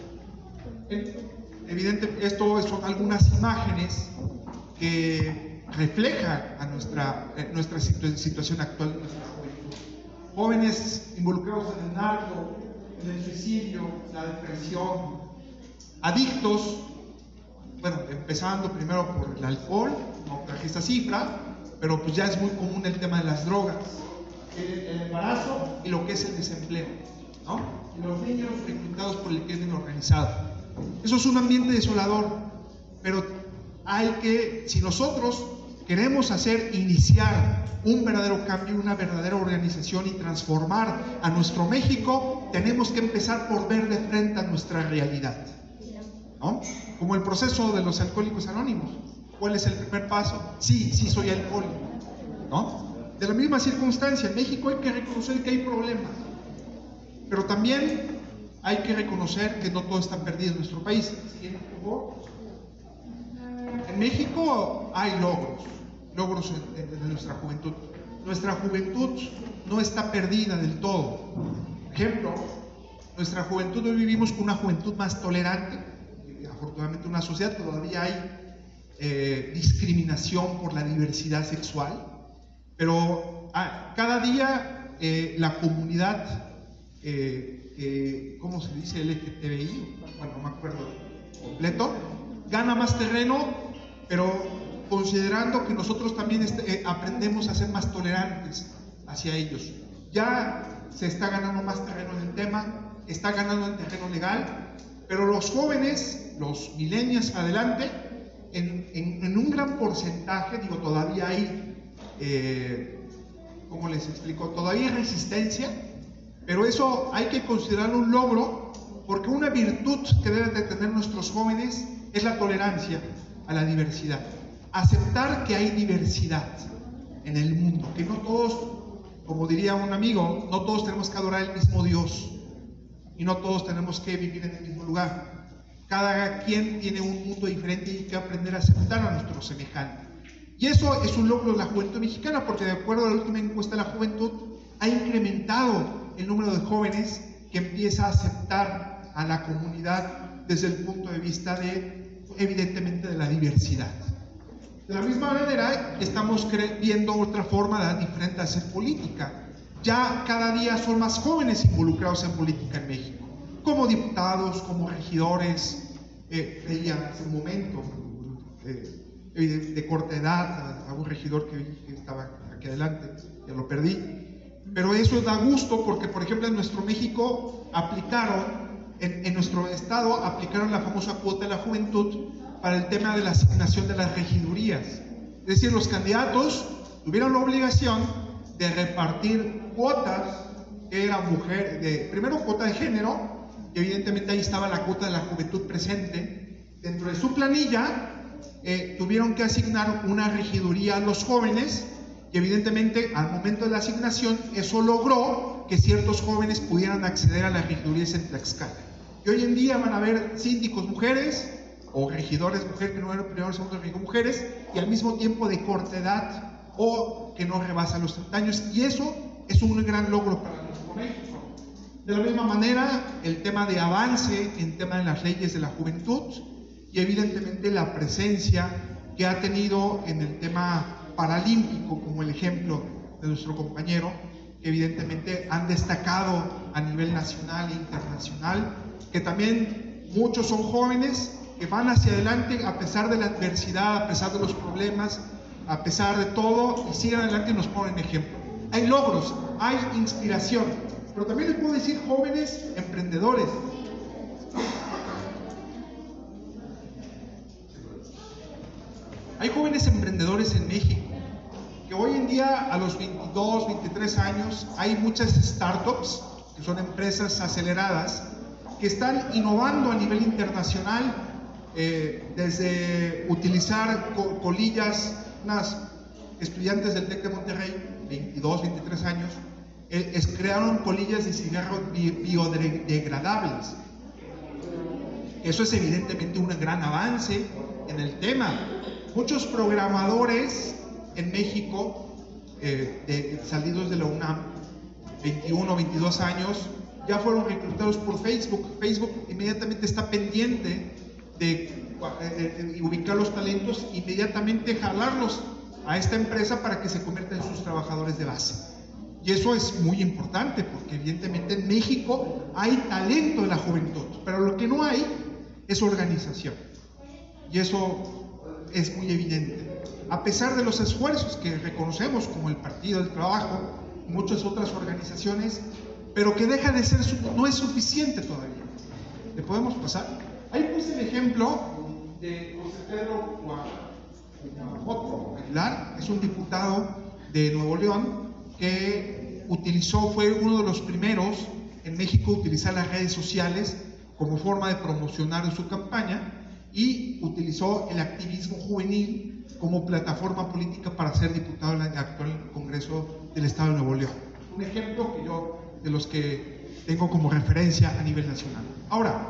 Evidente, esto son algunas imágenes que reflejan a nuestra, nuestra situ situación actual de nuestra juventud. Jóvenes involucrados en el narco, en el suicidio, la depresión, adictos, bueno, empezando primero por el alcohol, no traje esta cifra, pero pues ya es muy común el tema de las drogas, el, el embarazo y lo que es el desempleo, ¿no? Y los niños reclutados por el crimen organizado. Eso es un ambiente desolador, pero hay que, si nosotros queremos hacer, iniciar un verdadero cambio, una verdadera organización y transformar a nuestro México, tenemos que empezar por ver de frente a nuestra realidad, ¿no? Como el proceso de los alcohólicos anónimos. ¿Cuál es el primer paso? Sí, sí soy alcohólico, ¿no? De la misma circunstancia, en México hay que reconocer que hay problemas, pero también hay que reconocer que no todo está perdido en nuestro país. En México hay logros, logros en, en, en nuestra juventud. Nuestra juventud no está perdida del todo. Por ejemplo, nuestra juventud, hoy vivimos con una juventud más tolerante. Afortunadamente, una sociedad que todavía hay eh, discriminación por la diversidad sexual, pero ah, cada día eh, la comunidad, eh, eh, ¿cómo se dice? L G T B I, bueno, no me acuerdo completo, gana más terreno, pero considerando que nosotros también este, eh, aprendemos a ser más tolerantes hacia ellos. Ya se está ganando más terreno en el tema, está ganando en terreno legal, pero los jóvenes, los millennials adelante, en, en, en un gran porcentaje, digo, todavía hay, eh, ¿cómo les explico? Todavía hay resistencia, pero eso hay que considerarlo un logro, porque una virtud que deben de tener nuestros jóvenes es la tolerancia a la diversidad. Aceptar que hay diversidad en el mundo, que no todos, como diría un amigo, no todos tenemos que adorar el mismo Dios y no todos tenemos que vivir en el mismo lugar. Cada quien tiene un mundo diferente y hay que aprender a aceptar a nuestro semejante. Y eso es un logro de la juventud mexicana, porque de acuerdo a la última encuesta de la juventud, ha incrementado el número de jóvenes que empieza a aceptar a la comunidad desde el punto de vista de, evidentemente, de la diversidad. De la misma manera, estamos viendo otra forma diferente de hacer política. Ya cada día son más jóvenes involucrados en política en México, como diputados, como regidores. Eh, veía hace un momento eh, de, de corta edad a un regidor que, que estaba aquí adelante, ya lo perdí. Pero eso da gusto porque, por ejemplo, en nuestro México aplicaron, en, en nuestro estado aplicaron la famosa cuota de la juventud para el tema de la asignación de las regidurías. Es decir, los candidatos tuvieron la obligación de repartir cuotas que eran mujer, de, primero cuota de género, y evidentemente ahí estaba la cuota de la juventud presente. Dentro de su planilla eh, tuvieron que asignar una regiduría a los jóvenes, y evidentemente al momento de la asignación eso logró que ciertos jóvenes pudieran acceder a las regidurías en Tlaxcala. Y hoy en día van a haber síndicos mujeres, o regidores mujeres, primero, primero, segundo, regidor mujeres, y al mismo tiempo de corta edad o que no rebasa los treinta años, y eso es un gran logro para nuestro México. De la misma manera, el tema de avance en tema de las leyes de la juventud y evidentemente la presencia que ha tenido en el tema paralímpico, como el ejemplo de nuestro compañero, que evidentemente han destacado a nivel nacional e internacional, que también muchos son jóvenes que van hacia adelante a pesar de la adversidad, a pesar de los problemas, a pesar de todo, y siguen adelante y nos ponen ejemplo. Hay logros, hay inspiración, pero también les puedo decir jóvenes emprendedores. Hay jóvenes emprendedores en México, que hoy en día a los veintidós, veintitrés años hay muchas startups, que son empresas aceleradas, que están innovando a nivel internacional, eh, desde utilizar co colillas, unas estudiantes del TEC de Monterrey, veintidós, veintitrés años, eh, es, crearon colillas de cigarro bi biodegradables. Eso es evidentemente un gran avance en el tema. Muchos programadores en México, eh, de, salidos de la UNAM, veintiuno, veintidós años, ya fueron reclutados por Facebook. Facebook inmediatamente está pendiente de, de, de ubicar los talentos, inmediatamente jalarlos a esta empresa para que se conviertan en sus trabajadores de base. Y eso es muy importante, porque evidentemente en México hay talento en la juventud, pero lo que no hay es organización. Y eso es muy evidente. A pesar de los esfuerzos que reconocemos, como el Partido del Trabajo y muchas otras organizaciones, pero que deja de ser, no es suficiente todavía. ¿Le podemos pasar? Ahí puse el ejemplo de José Pedro Aguilar, es un diputado de Nuevo León que utilizó, fue uno de los primeros en México a utilizar las redes sociales como forma de promocionar su campaña, y utilizó el activismo juvenil como plataforma política para ser diputado en el actual Congreso del Estado de Nuevo León. Un ejemplo que yo, de los que tengo como referencia a nivel nacional. Ahora,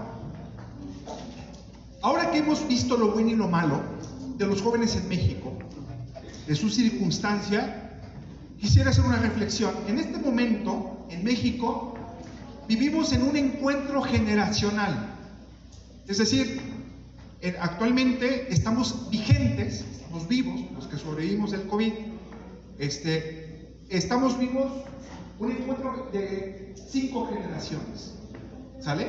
ahora que hemos visto lo bueno y lo malo de los jóvenes en México, de su circunstancia, quisiera hacer una reflexión. En este momento, en México, vivimos en un encuentro generacional. Es decir, actualmente estamos vigentes, estamos vivos, los que sobrevivimos del COVID, este, estamos vivos un encuentro de cinco generaciones, ¿sale?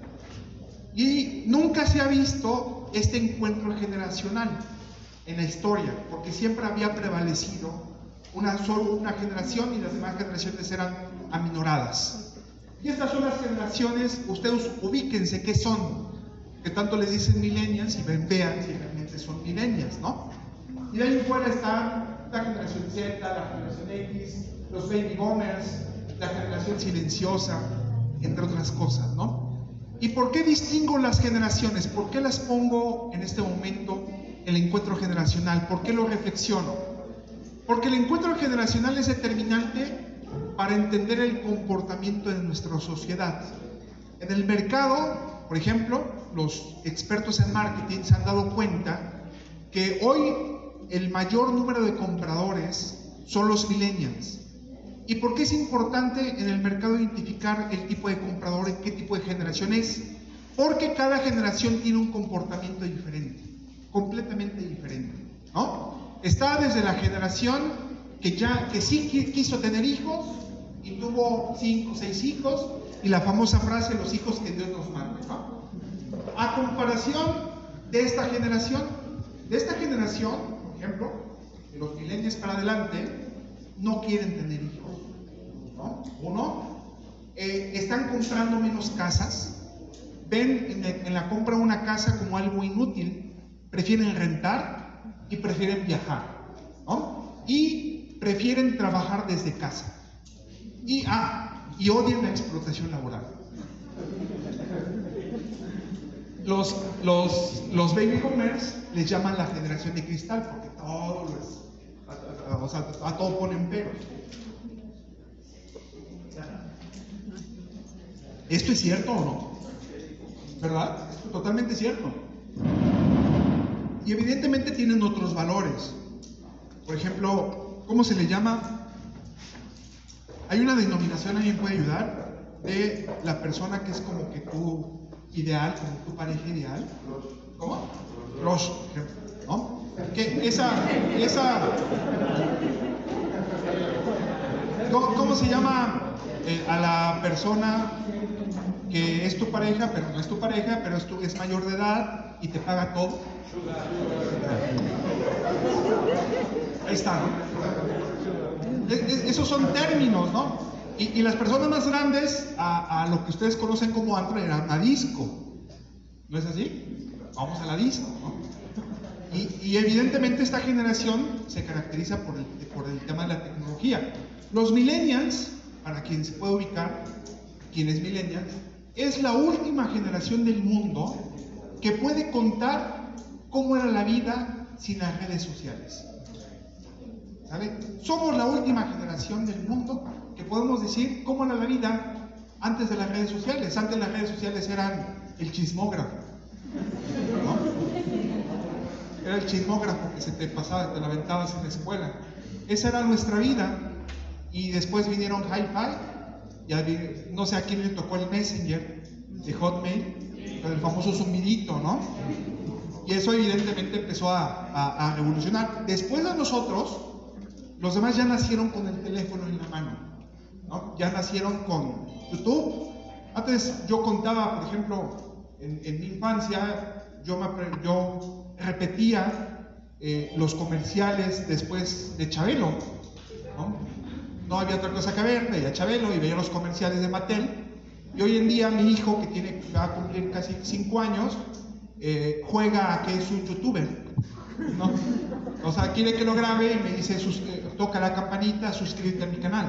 Y nunca se ha visto este encuentro generacional en la historia, porque siempre había prevalecido una, solo una generación y las demás generaciones eran aminoradas. Y estas son las generaciones, ustedes ubíquense qué son, que tanto les dicen millennials, y ven, vean si realmente son millennials, ¿no? Y de ahí fuera está la generación Z, la generación X, los baby boomers, la generación silenciosa, entre otras cosas, ¿no? ¿Y por qué distingo las generaciones? ¿Por qué las pongo en este momento el encuentro generacional? ¿Por qué lo reflexiono? Porque el encuentro generacional es determinante para entender el comportamiento de nuestra sociedad. En el mercado, por ejemplo, los expertos en marketing se han dado cuenta que hoy el mayor número de compradores son los millennials. ¿Y por qué es importante en el mercado identificar el tipo de comprador y qué tipo de generación es? Porque cada generación tiene un comportamiento diferente, completamente diferente, ¿no? Está desde la generación que ya que sí quiso tener hijos y tuvo cinco o seis hijos, y la famosa frase, los hijos que Dios nos mande, ¿no? A comparación de esta generación, de esta generación, por ejemplo, de los millennials para adelante, no quieren tener hijos, ¿no? Uno, eh, están comprando menos casas, ven en, el, en la compra de una casa como algo inútil, prefieren rentar y prefieren viajar, ¿no? Y prefieren trabajar desde casa. Y, ah, y odian la explotación laboral. Los, los, los baby boomers les llaman la generación de cristal porque todo lo es, a, a, o sea, a todo ponen peros. ¿Esto es cierto o no? ¿Verdad? Esto es totalmente cierto. Y evidentemente tienen otros valores. Por ejemplo, ¿cómo se le llama? Hay una denominación, ¿alguien puede ayudar? De la persona que es como que tu ideal, como tu pareja ideal. ¿Cómo? Crush, ¿no? Que esa, esa, ¿cómo, cómo se llama eh, a la persona que es tu pareja, pero no es tu pareja, pero es, tu, es mayor de edad y te paga todo? Ahí está, ¿no? Es, es, esos son términos, ¿no? Y, y las personas más grandes a, a lo que ustedes conocen como antro eran a disco. ¿No es así? Vamos a la disco, ¿no? Y, y evidentemente esta generación se caracteriza por el, por el tema de la tecnología. Los millennials, para quien se puede ubicar, quien es millennials, es la última generación del mundo que puede contar cómo era la vida sin las redes sociales. ¿Sabe? Somos la última generación del mundo que podemos decir cómo era la vida antes de las redes sociales. Antes las redes sociales eran el chismógrafo, ¿no? Era el chismógrafo que se te pasaba, te la aventabas en la escuela. Esa era nuestra vida. Y después vinieron Hi-Fi. Ya vi, no sé a quién le tocó el Messenger de Hotmail, con el famoso zumbidito, ¿no? Y eso evidentemente empezó a, a, a revolucionar. Después de nosotros, los demás ya nacieron con el teléfono en la mano, ¿no? Ya nacieron con YouTube. Antes yo contaba, por ejemplo, en, en mi infancia, yo, me, yo repetía eh, los comerciales después de Chabelo, ¿no? No había otra cosa que ver, veía Chabelo y veía los comerciales de Mattel. Y hoy en día mi hijo, que tiene, va a cumplir casi cinco años, eh, juega a que es un youtuber, ¿no? O sea, quiere que lo grabe y me dice, sus, eh, toca la campanita, suscríbete a mi canal.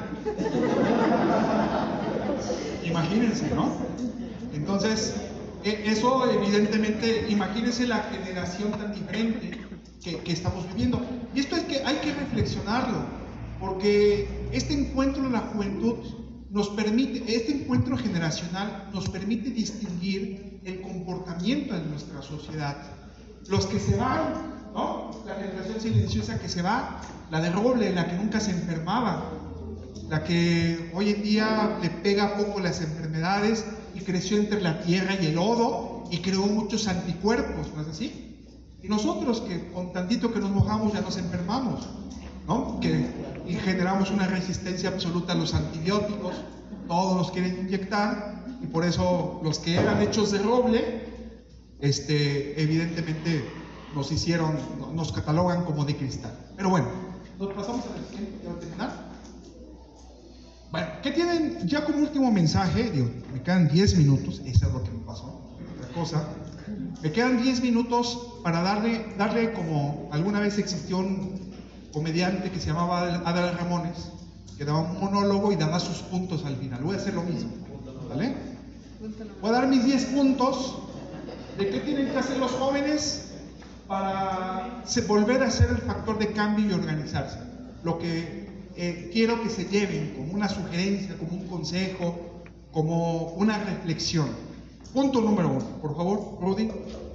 Imagínense, ¿no? Entonces, eh, eso evidentemente, imagínense la generación tan diferente que, que estamos viviendo. Y esto es que hay que reflexionarlo, porque este encuentro de la juventud nos permite, este encuentro generacional nos permite distinguir el comportamiento de nuestra sociedad. Los que se van, ¿no? La generación silenciosa que se va, la de roble, la que nunca se enfermaba, la que hoy en día le pega poco las enfermedades y creció entre la tierra y el lodo y creó muchos anticuerpos, ¿no es así? Y nosotros que con tantito que nos mojamos ya nos enfermamos, ¿no? Que y generamos una resistencia absoluta a los antibióticos, todos los quieren inyectar, y por eso los que eran hechos de roble, este, evidentemente nos hicieron, nos catalogan como de cristal. Pero bueno, nos pasamos a la siguiente, ¿ya va a terminar? Bueno, ¿qué tienen ya como último mensaje? Digo, me quedan diez minutos, eso es lo que me pasó, otra cosa. Me quedan diez minutos para darle, darle como alguna vez existió un comediante que se llamaba Adal Ramones, que daba un monólogo y daba sus puntos al final. Voy a hacer lo mismo, ¿vale? Voy a dar mis diez puntos de qué tienen que hacer los jóvenes para se, volver a ser el factor de cambio y organizarse. Lo que eh, quiero que se lleven como una sugerencia, como un consejo, como una reflexión. Punto número uno, por favor, Rudy.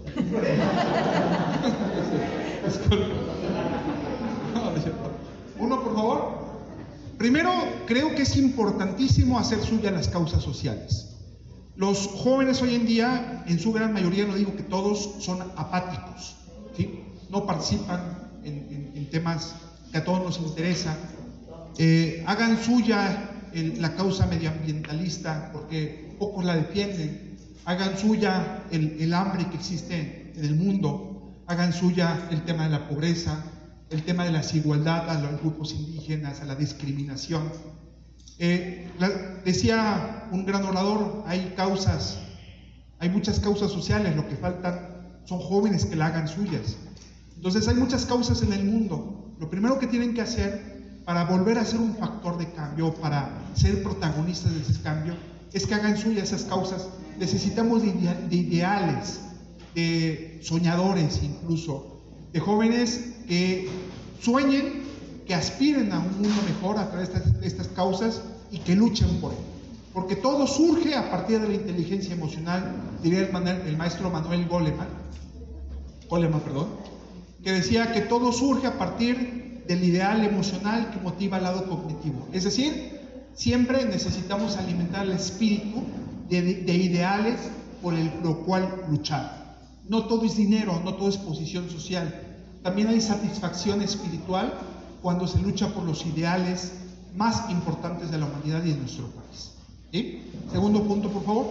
Uno, por favor. Primero, creo que es importantísimo hacer suyas las causas sociales. Los jóvenes hoy en día, en su gran mayoría, no digo que todos, son apáticos, ¿sí? No participan en, en, en temas que a todos nos interesa. Eh, hagan suya el, la causa medioambientalista, porque pocos la defienden. Hagan suya el, el hambre que existe en el mundo. Hagan suya el tema de la pobreza, el tema de la desigualdad a los grupos indígenas, a la discriminación. Eh, la, decía un gran orador, hay causas, hay muchas causas sociales, lo que faltan son jóvenes que la hagan suyas. Entonces hay muchas causas en el mundo. Lo primero que tienen que hacer para volver a ser un factor de cambio, para ser protagonistas de ese cambio, es que hagan suyas esas causas. Necesitamos de, idea, de ideales, de soñadores incluso, de jóvenes que sueñen, que aspiren a un mundo mejor a través de estas, estas causas y que luchen por él. Porque todo surge a partir de la inteligencia emocional, diría el, el maestro Manuel Goleman, Goleman, perdón, que decía que todo surge a partir del ideal emocional que motiva al lado cognitivo. Es decir, siempre necesitamos alimentar el espíritu de, de, de ideales por el, lo cual luchar. No todo es dinero, no todo es posición social. También hay satisfacción espiritual cuando se lucha por los ideales más importantes de la humanidad y de nuestro país. ¿Sí? Segundo punto, por favor.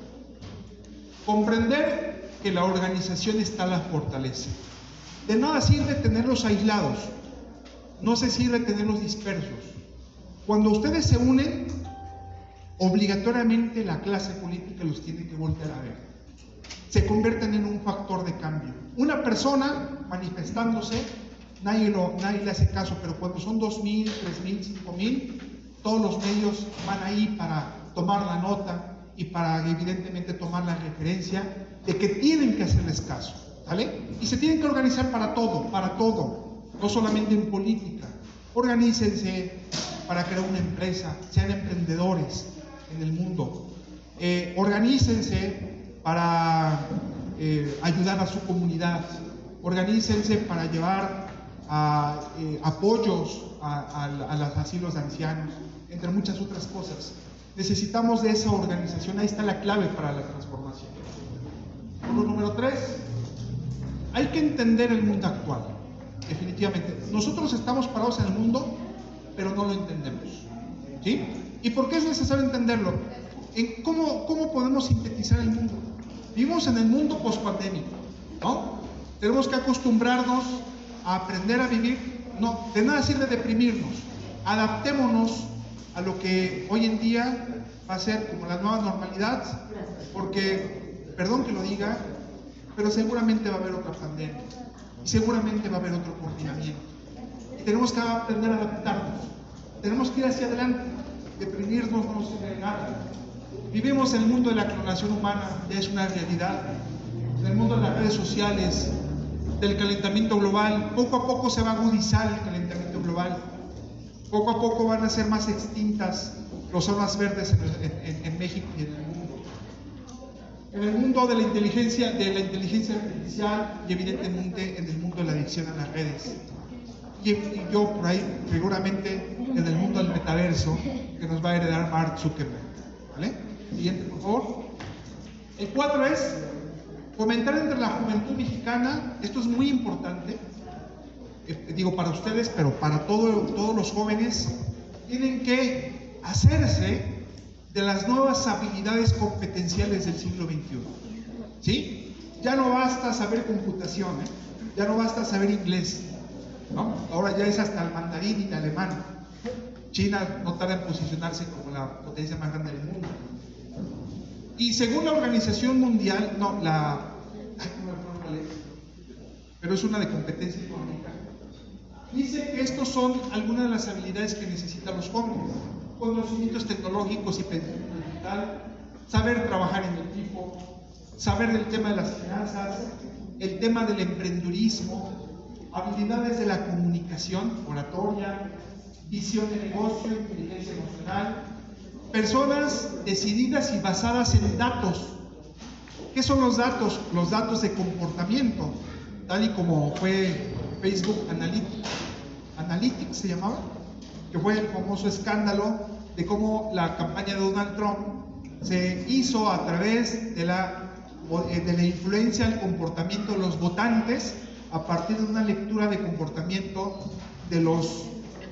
Comprender que la organización está la fortaleza. De nada sirve tenerlos aislados, no se sirve tenerlos dispersos. Cuando ustedes se unen, obligatoriamente la clase política los tiene que voltear a ver. Se convierten en un factor de cambio. Una persona manifestándose, nadie, lo, nadie le hace caso, pero cuando son dos mil, tres mil, cinco mil, todos los medios van ahí para tomar la nota y para evidentemente tomar la referencia de que tienen que hacerles caso, ¿vale? Y se tienen que organizar para todo, para todo, no solamente en política. Organícense para crear una empresa, sean emprendedores en el mundo. Eh, organícense para eh, ayudar a su comunidad. Organícense para llevar a, eh, apoyos a, a, a los asilos de ancianos, entre muchas otras cosas. Necesitamos de esa organización, ahí está la clave para la transformación. Punto número tres, hay que entender el mundo actual, definitivamente. Nosotros estamos parados en el mundo, pero no lo entendemos. ¿Sí? ¿Y por qué es necesario entenderlo? ¿En cómo, ¿Cómo podemos sintetizar el mundo? Vivimos en el mundo post-pandémico, ¿no? Tenemos que acostumbrarnos a aprender a vivir. No, de nada sirve deprimirnos. Adaptémonos a lo que hoy en día va a ser como la nueva normalidad, porque, perdón que lo diga, pero seguramente va a haber otra pandemia y seguramente va a haber otro confinamiento. Y tenemos que aprender a adaptarnos. Tenemos que ir hacia adelante. Deprimirnos no sirve de nada. Vivimos en el mundo de la clonación humana, ya es una realidad. En el mundo de las redes sociales, del calentamiento global, poco a poco se va a agudizar el calentamiento global. Poco a poco van a ser más extintas las zonas verdes en, en, en México y en el mundo. En el mundo de la inteligencia, de la inteligencia artificial y evidentemente en el mundo de la adicción a las redes. Y, y yo por ahí, seguramente en el mundo del metaverso que nos va a heredar Mark Zuckerberg. ¿Vale? Siguiente, por favor. El cuatro es fomentar entre la juventud mexicana. Esto es muy importante. Eh, digo para ustedes, pero para todo, todos los jóvenes, tienen que hacerse de las nuevas habilidades competenciales del siglo veintiuno. ¿Sí? Ya no basta saber computación, ¿eh? Ya no basta saber inglés, ¿no? Ahora ya es hasta el mandarín y el alemán. China no tarda en posicionarse como la potencia más grande del mundo. Y según la Organización Mundial, no, la... Ay, no me acuerdo cuál es, pero es una de competencia económica. Dice que estos son algunas de las habilidades que necesitan los jóvenes: conocimientos tecnológicos y pensamiento digital, saber trabajar en equipo, saber del tema de las finanzas, el tema del emprendurismo, habilidades de la comunicación, oratoria, visión de negocio, inteligencia emocional, personas decididas y basadas en datos. ¿Qué son los datos? Los datos de comportamiento, tal y como fue Facebook Analytics, Analytics se llamaba, que fue el famoso escándalo de cómo la campaña de Donald Trump se hizo a través de la, de la influencia del comportamiento de los votantes a partir de una lectura de comportamiento de los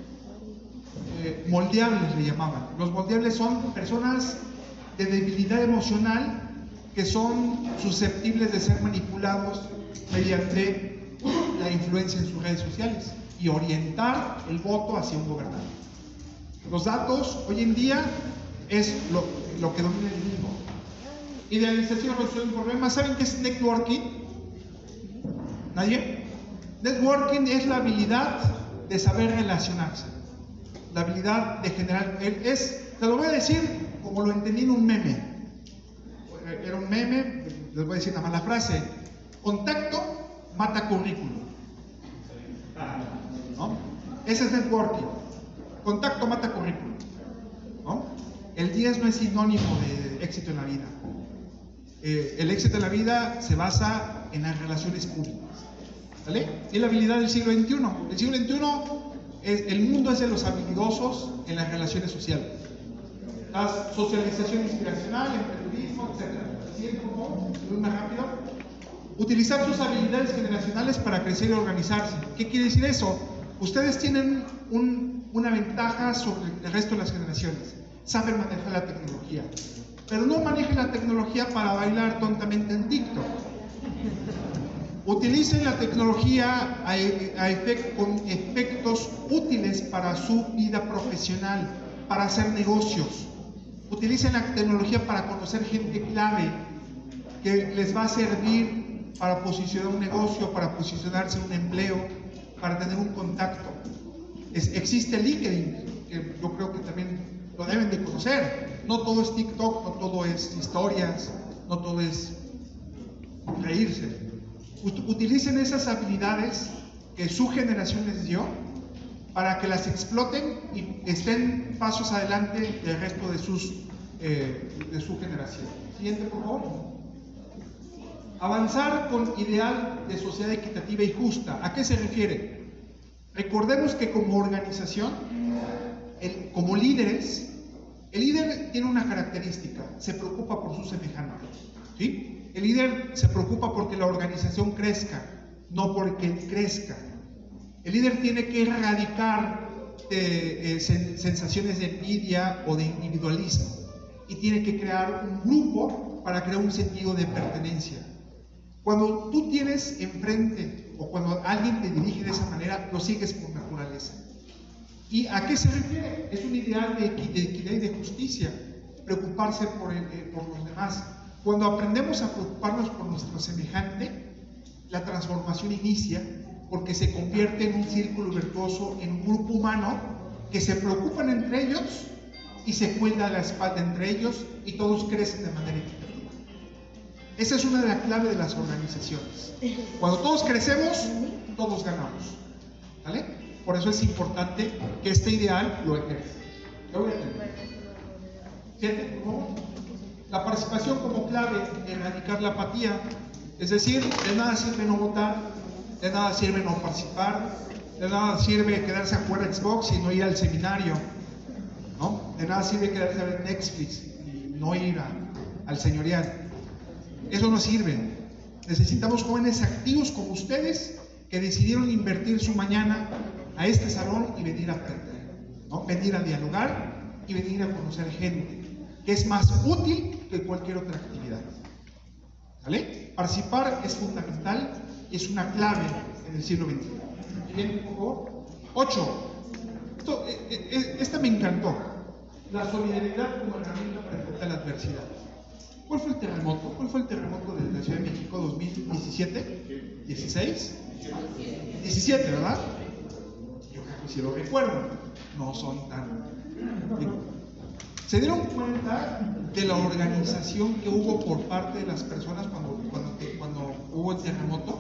eh, moldeables, le llamaban. Los moldeables son personas de debilidad emocional que son susceptibles de ser manipulados mediante la influencia en sus redes sociales y orientar el voto hacia un gobernante. Los datos hoy en día es lo, lo que domina el mundo. Idealización, resolución de problemas. ¿Saben qué es networking? ¿Nadie? Networking es la habilidad de saber relacionarse, la habilidad de generar. Es, te lo voy a decir como lo entendí en un meme. Era un meme, les voy a decir una mala frase: contacto mata currículum, ¿no? Ese es networking. Contacto mata currículum, ¿no? El diez no es sinónimo de éxito en la vida. Eh, el éxito en la vida se basa en las relaciones públicas. ¿Vale? Es la habilidad del siglo veintiuno. El siglo veintiuno, es, el mundo es de los habilidosos en las relaciones sociales. La socialización inspiracional, emprendedurismo, etcétera. Siguiente, por favor, muy más rápido. Utilizar sus habilidades generacionales para crecer y organizarse. ¿Qué quiere decir eso? Ustedes tienen un, una ventaja sobre el resto de las generaciones. Saben manejar la tecnología. Pero no manejen la tecnología para bailar tontamente en TikTok. Utilicen la tecnología a, a efect, con efectos útiles para su vida profesional, para hacer negocios. Utilicen la tecnología para conocer gente clave que les va a servir para posicionar un negocio, para posicionarse en un empleo, para tener un contacto. Es, existe LinkedIn, que yo creo que también lo deben de conocer. No todo es TikTok, no todo es historias, no todo es reírse. Utilicen esas habilidades que su generación les dio para que las exploten y estén pasos adelante del resto de, sus, eh, de su generación. Siguiente, por favor. Avanzar con ideal de sociedad equitativa y justa. ¿A qué se refiere? Recordemos que como organización, el, como líderes, el líder tiene una característica: se preocupa por sus semejantes. ¿Sí? El líder se preocupa porque la organización crezca, no porque él crezca. El líder tiene que erradicar eh, eh, sen sensaciones de envidia o de individualismo y tiene que crear un grupo para crear un sentido de pertenencia. Cuando tú tienes enfrente o cuando alguien te dirige de esa manera, lo sigues por naturaleza. ¿Y a qué se refiere? Es un ideal de, equi de equidad y de justicia, preocuparse por, el, eh, por los demás. Cuando aprendemos a preocuparnos por nuestro semejante, la transformación inicia porque se convierte en un círculo virtuoso, en un grupo humano que se preocupan entre ellos y se cuelga la espalda entre ellos y todos crecen de manera equitativa. Esa es una de las claves de las organizaciones. Cuando todos crecemos, todos ganamos. ¿Vale? Por eso es importante que este ideal lo ejerza. ¿Qué voy a tener? Siete, por favor. La participación como clave en erradicar la apatía, es decir, de nada sirve no votar, de nada sirve no participar, de nada sirve quedarse a jugar Xbox y no ir al seminario, ¿no? De nada sirve quedarse a ver Netflix y no ir a, al señorial. Eso no sirve. Necesitamos jóvenes activos como ustedes que decidieron invertir su mañana a este salón y venir a aprender, ¿no? Venir a dialogar y venir a conocer gente, que es más útil que cualquier otra actividad. ¿Vale? Participar es fundamental y es una clave en el siglo veintiuno. Bien, por favor. Ocho. Esto, eh, eh, esta me encantó. La solidaridad como herramienta para enfrentar la adversidad. ¿Cuál fue el terremoto? ¿Cuál fue el terremoto de la Ciudad de México dos mil diecisiete? ¿dieciséis? diecisiete, ¿verdad? Yo creo que sí lo recuerdo. No son tan... ¿Se dieron cuenta de la organización que hubo por parte de las personas cuando, cuando, cuando hubo el terremoto?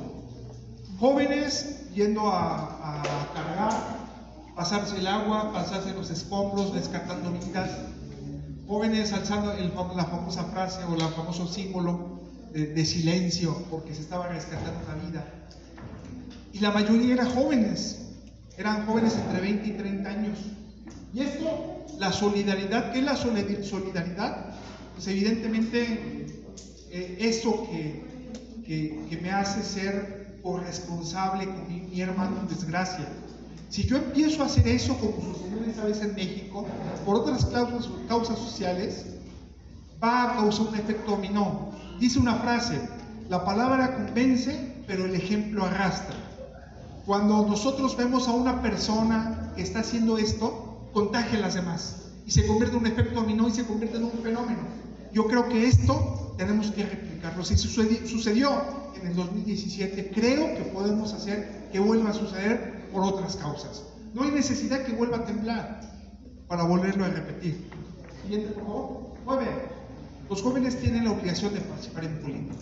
Jóvenes yendo a, a cargar, pasarse el agua, pasarse los escombros, rescatando vidas. Jóvenes alzando el, la famosa frase o el famoso símbolo de, de silencio porque se estaba rescatando una vida. Y la mayoría eran jóvenes, eran jóvenes entre veinte y treinta años. Y esto, la solidaridad, ¿qué es la solidaridad? Pues evidentemente eh, eso que, que, que me hace ser corresponsable con mi, mi hermano en desgracia. Si yo empiezo a hacer eso, como sucedió esta vez en México, por otras causas, causas sociales, va a causar un efecto dominó. Dice una frase: la palabra convence, pero el ejemplo arrastra. Cuando nosotros vemos a una persona que está haciendo esto, contagia a las demás y se convierte en un efecto dominó y se convierte en un fenómeno. Yo creo que esto tenemos que replicarlo. Si sucedió, sucedió en el dos mil diecisiete, creo que podemos hacer que vuelva a suceder por otras causas. No hay necesidad que vuelva a temblar para volverlo a repetir. Siguiente, por favor. Nueve. Los jóvenes tienen la obligación de participar en política.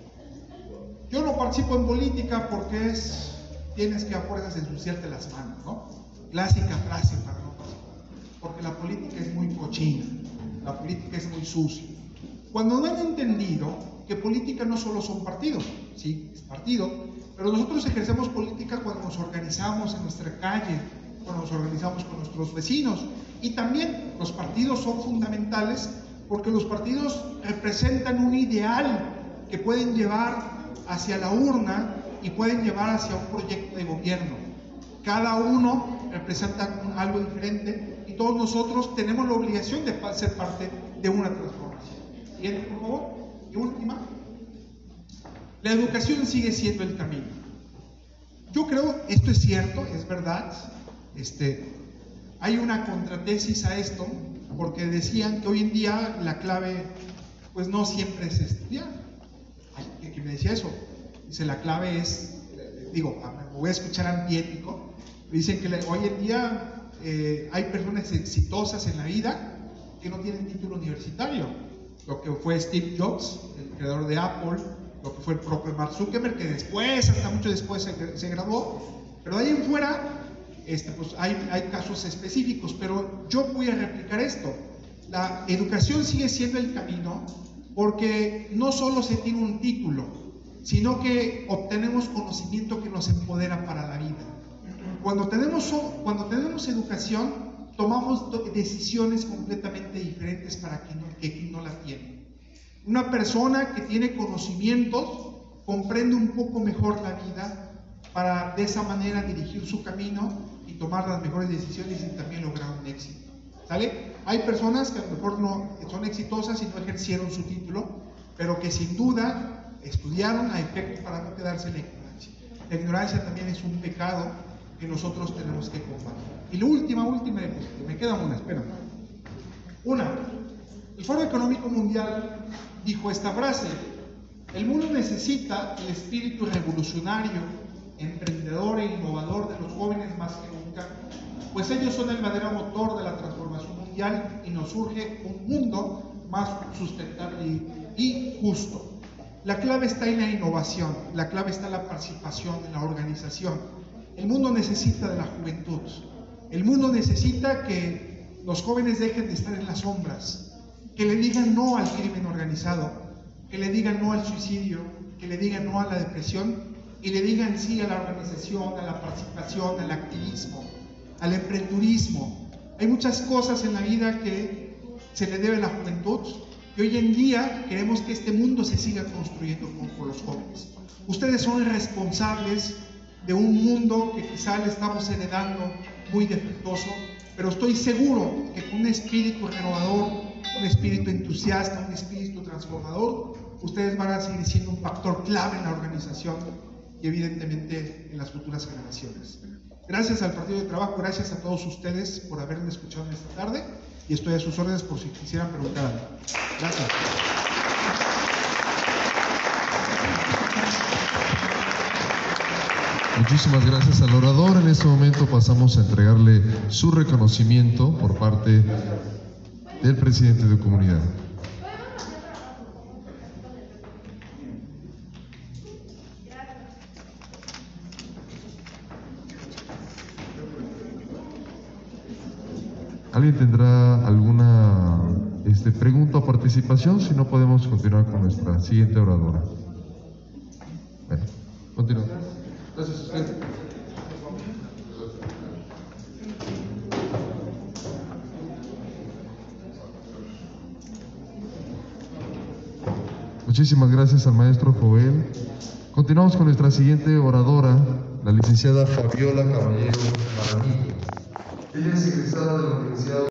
Yo no participo en política porque es tienes que a fuerzas ensuciarte las manos, ¿no? Clásica frase para no participar. Porque la política es muy cochina, la política es muy sucia. cuando no han entendido que política no solo son partidos, sí, es partido, pero nosotros ejercemos política cuando nos organizamos en nuestra calle, cuando nos organizamos con nuestros vecinos, y también los partidos son fundamentales porque los partidos representan un ideal que pueden llevar hacia la urna y pueden llevar hacia un proyecto de gobierno. Cada uno representa un, algo diferente y todos nosotros tenemos la obligación de ser parte de una transformación. Siguiente, por favor. Y última. La educación sigue siendo el camino. Yo creo, esto es cierto, es verdad. Este, hay una contratesis a esto, porque decían que hoy en día la clave, pues no siempre es estudiar. Ay, ¿quién me decía eso? Dice, la clave es, digo, me voy a escuchar antiético, dicen que hoy en día eh, hay personas exitosas en la vida que no tienen título universitario, lo que fue Steve Jobs, el creador de Apple, lo que fue el propio Mark Zuckerberg, que después, hasta mucho después se, se graduó, pero de ahí en fuera, este, pues hay, hay casos específicos, pero yo voy a replicar esto. La educación sigue siendo el camino porque no solo se tiene un título, sino que obtenemos conocimiento que nos empodera para la vida. Cuando tenemos, cuando tenemos educación, tomamos decisiones completamente diferentes para quien no, que quien no la tiene. Una persona que tiene conocimientos comprende un poco mejor la vida para de esa manera dirigir su camino y tomar las mejores decisiones y también lograr un éxito. ¿Sale? Hay personas que a lo mejor no son exitosas y no ejercieron su título, pero que sin duda estudiaron a efecto para no quedarse en la ignorancia. La ignorancia también es un pecado que nosotros tenemos que combatir. Y la última, última, me queda una, espera. Una, el Foro Económico Mundial dijo esta frase: el mundo necesita el espíritu revolucionario, emprendedor e innovador de los jóvenes más que nunca, pues ellos son el verdadero motor de la transformación mundial y nos surge un mundo más sustentable y, y justo. La clave está en la innovación, la clave está en la participación, en la organización. El mundo necesita de la juventud, el mundo necesita que los jóvenes dejen de estar en las sombras, que le digan no al crimen organizado, que le digan no al suicidio, que le digan no a la depresión y le digan sí a la organización, a la participación, al activismo, al emprendurismo. Hay muchas cosas en la vida que se le debe a la juventud y hoy en día queremos que este mundo se siga construyendo con, con los jóvenes. Ustedes son responsables de un mundo que quizá le estamos heredando muy defectuoso, pero estoy seguro que con un espíritu renovador, un espíritu entusiasta, un espíritu transformador, ustedes van a seguir siendo un factor clave en la organización y evidentemente en las futuras generaciones. Gracias al Partido de Trabajo, gracias a todos ustedes por haberme escuchado en esta tarde y estoy a sus órdenes por si quisieran preguntar algo. Gracias. Muchísimas gracias al orador. En este momento pasamos a entregarle su reconocimiento por parte del presidente de comunidad. ¿Alguien tendrá alguna este, pregunta o participación? Si no, podemos continuar con nuestra siguiente oradora. Bueno, continuamos. Gracias a usted. Muchísimas gracias al maestro Joel. Continuamos con nuestra siguiente oradora, la licenciada Fabiola Caballero Maranillo. Ella es egresada de la Universidad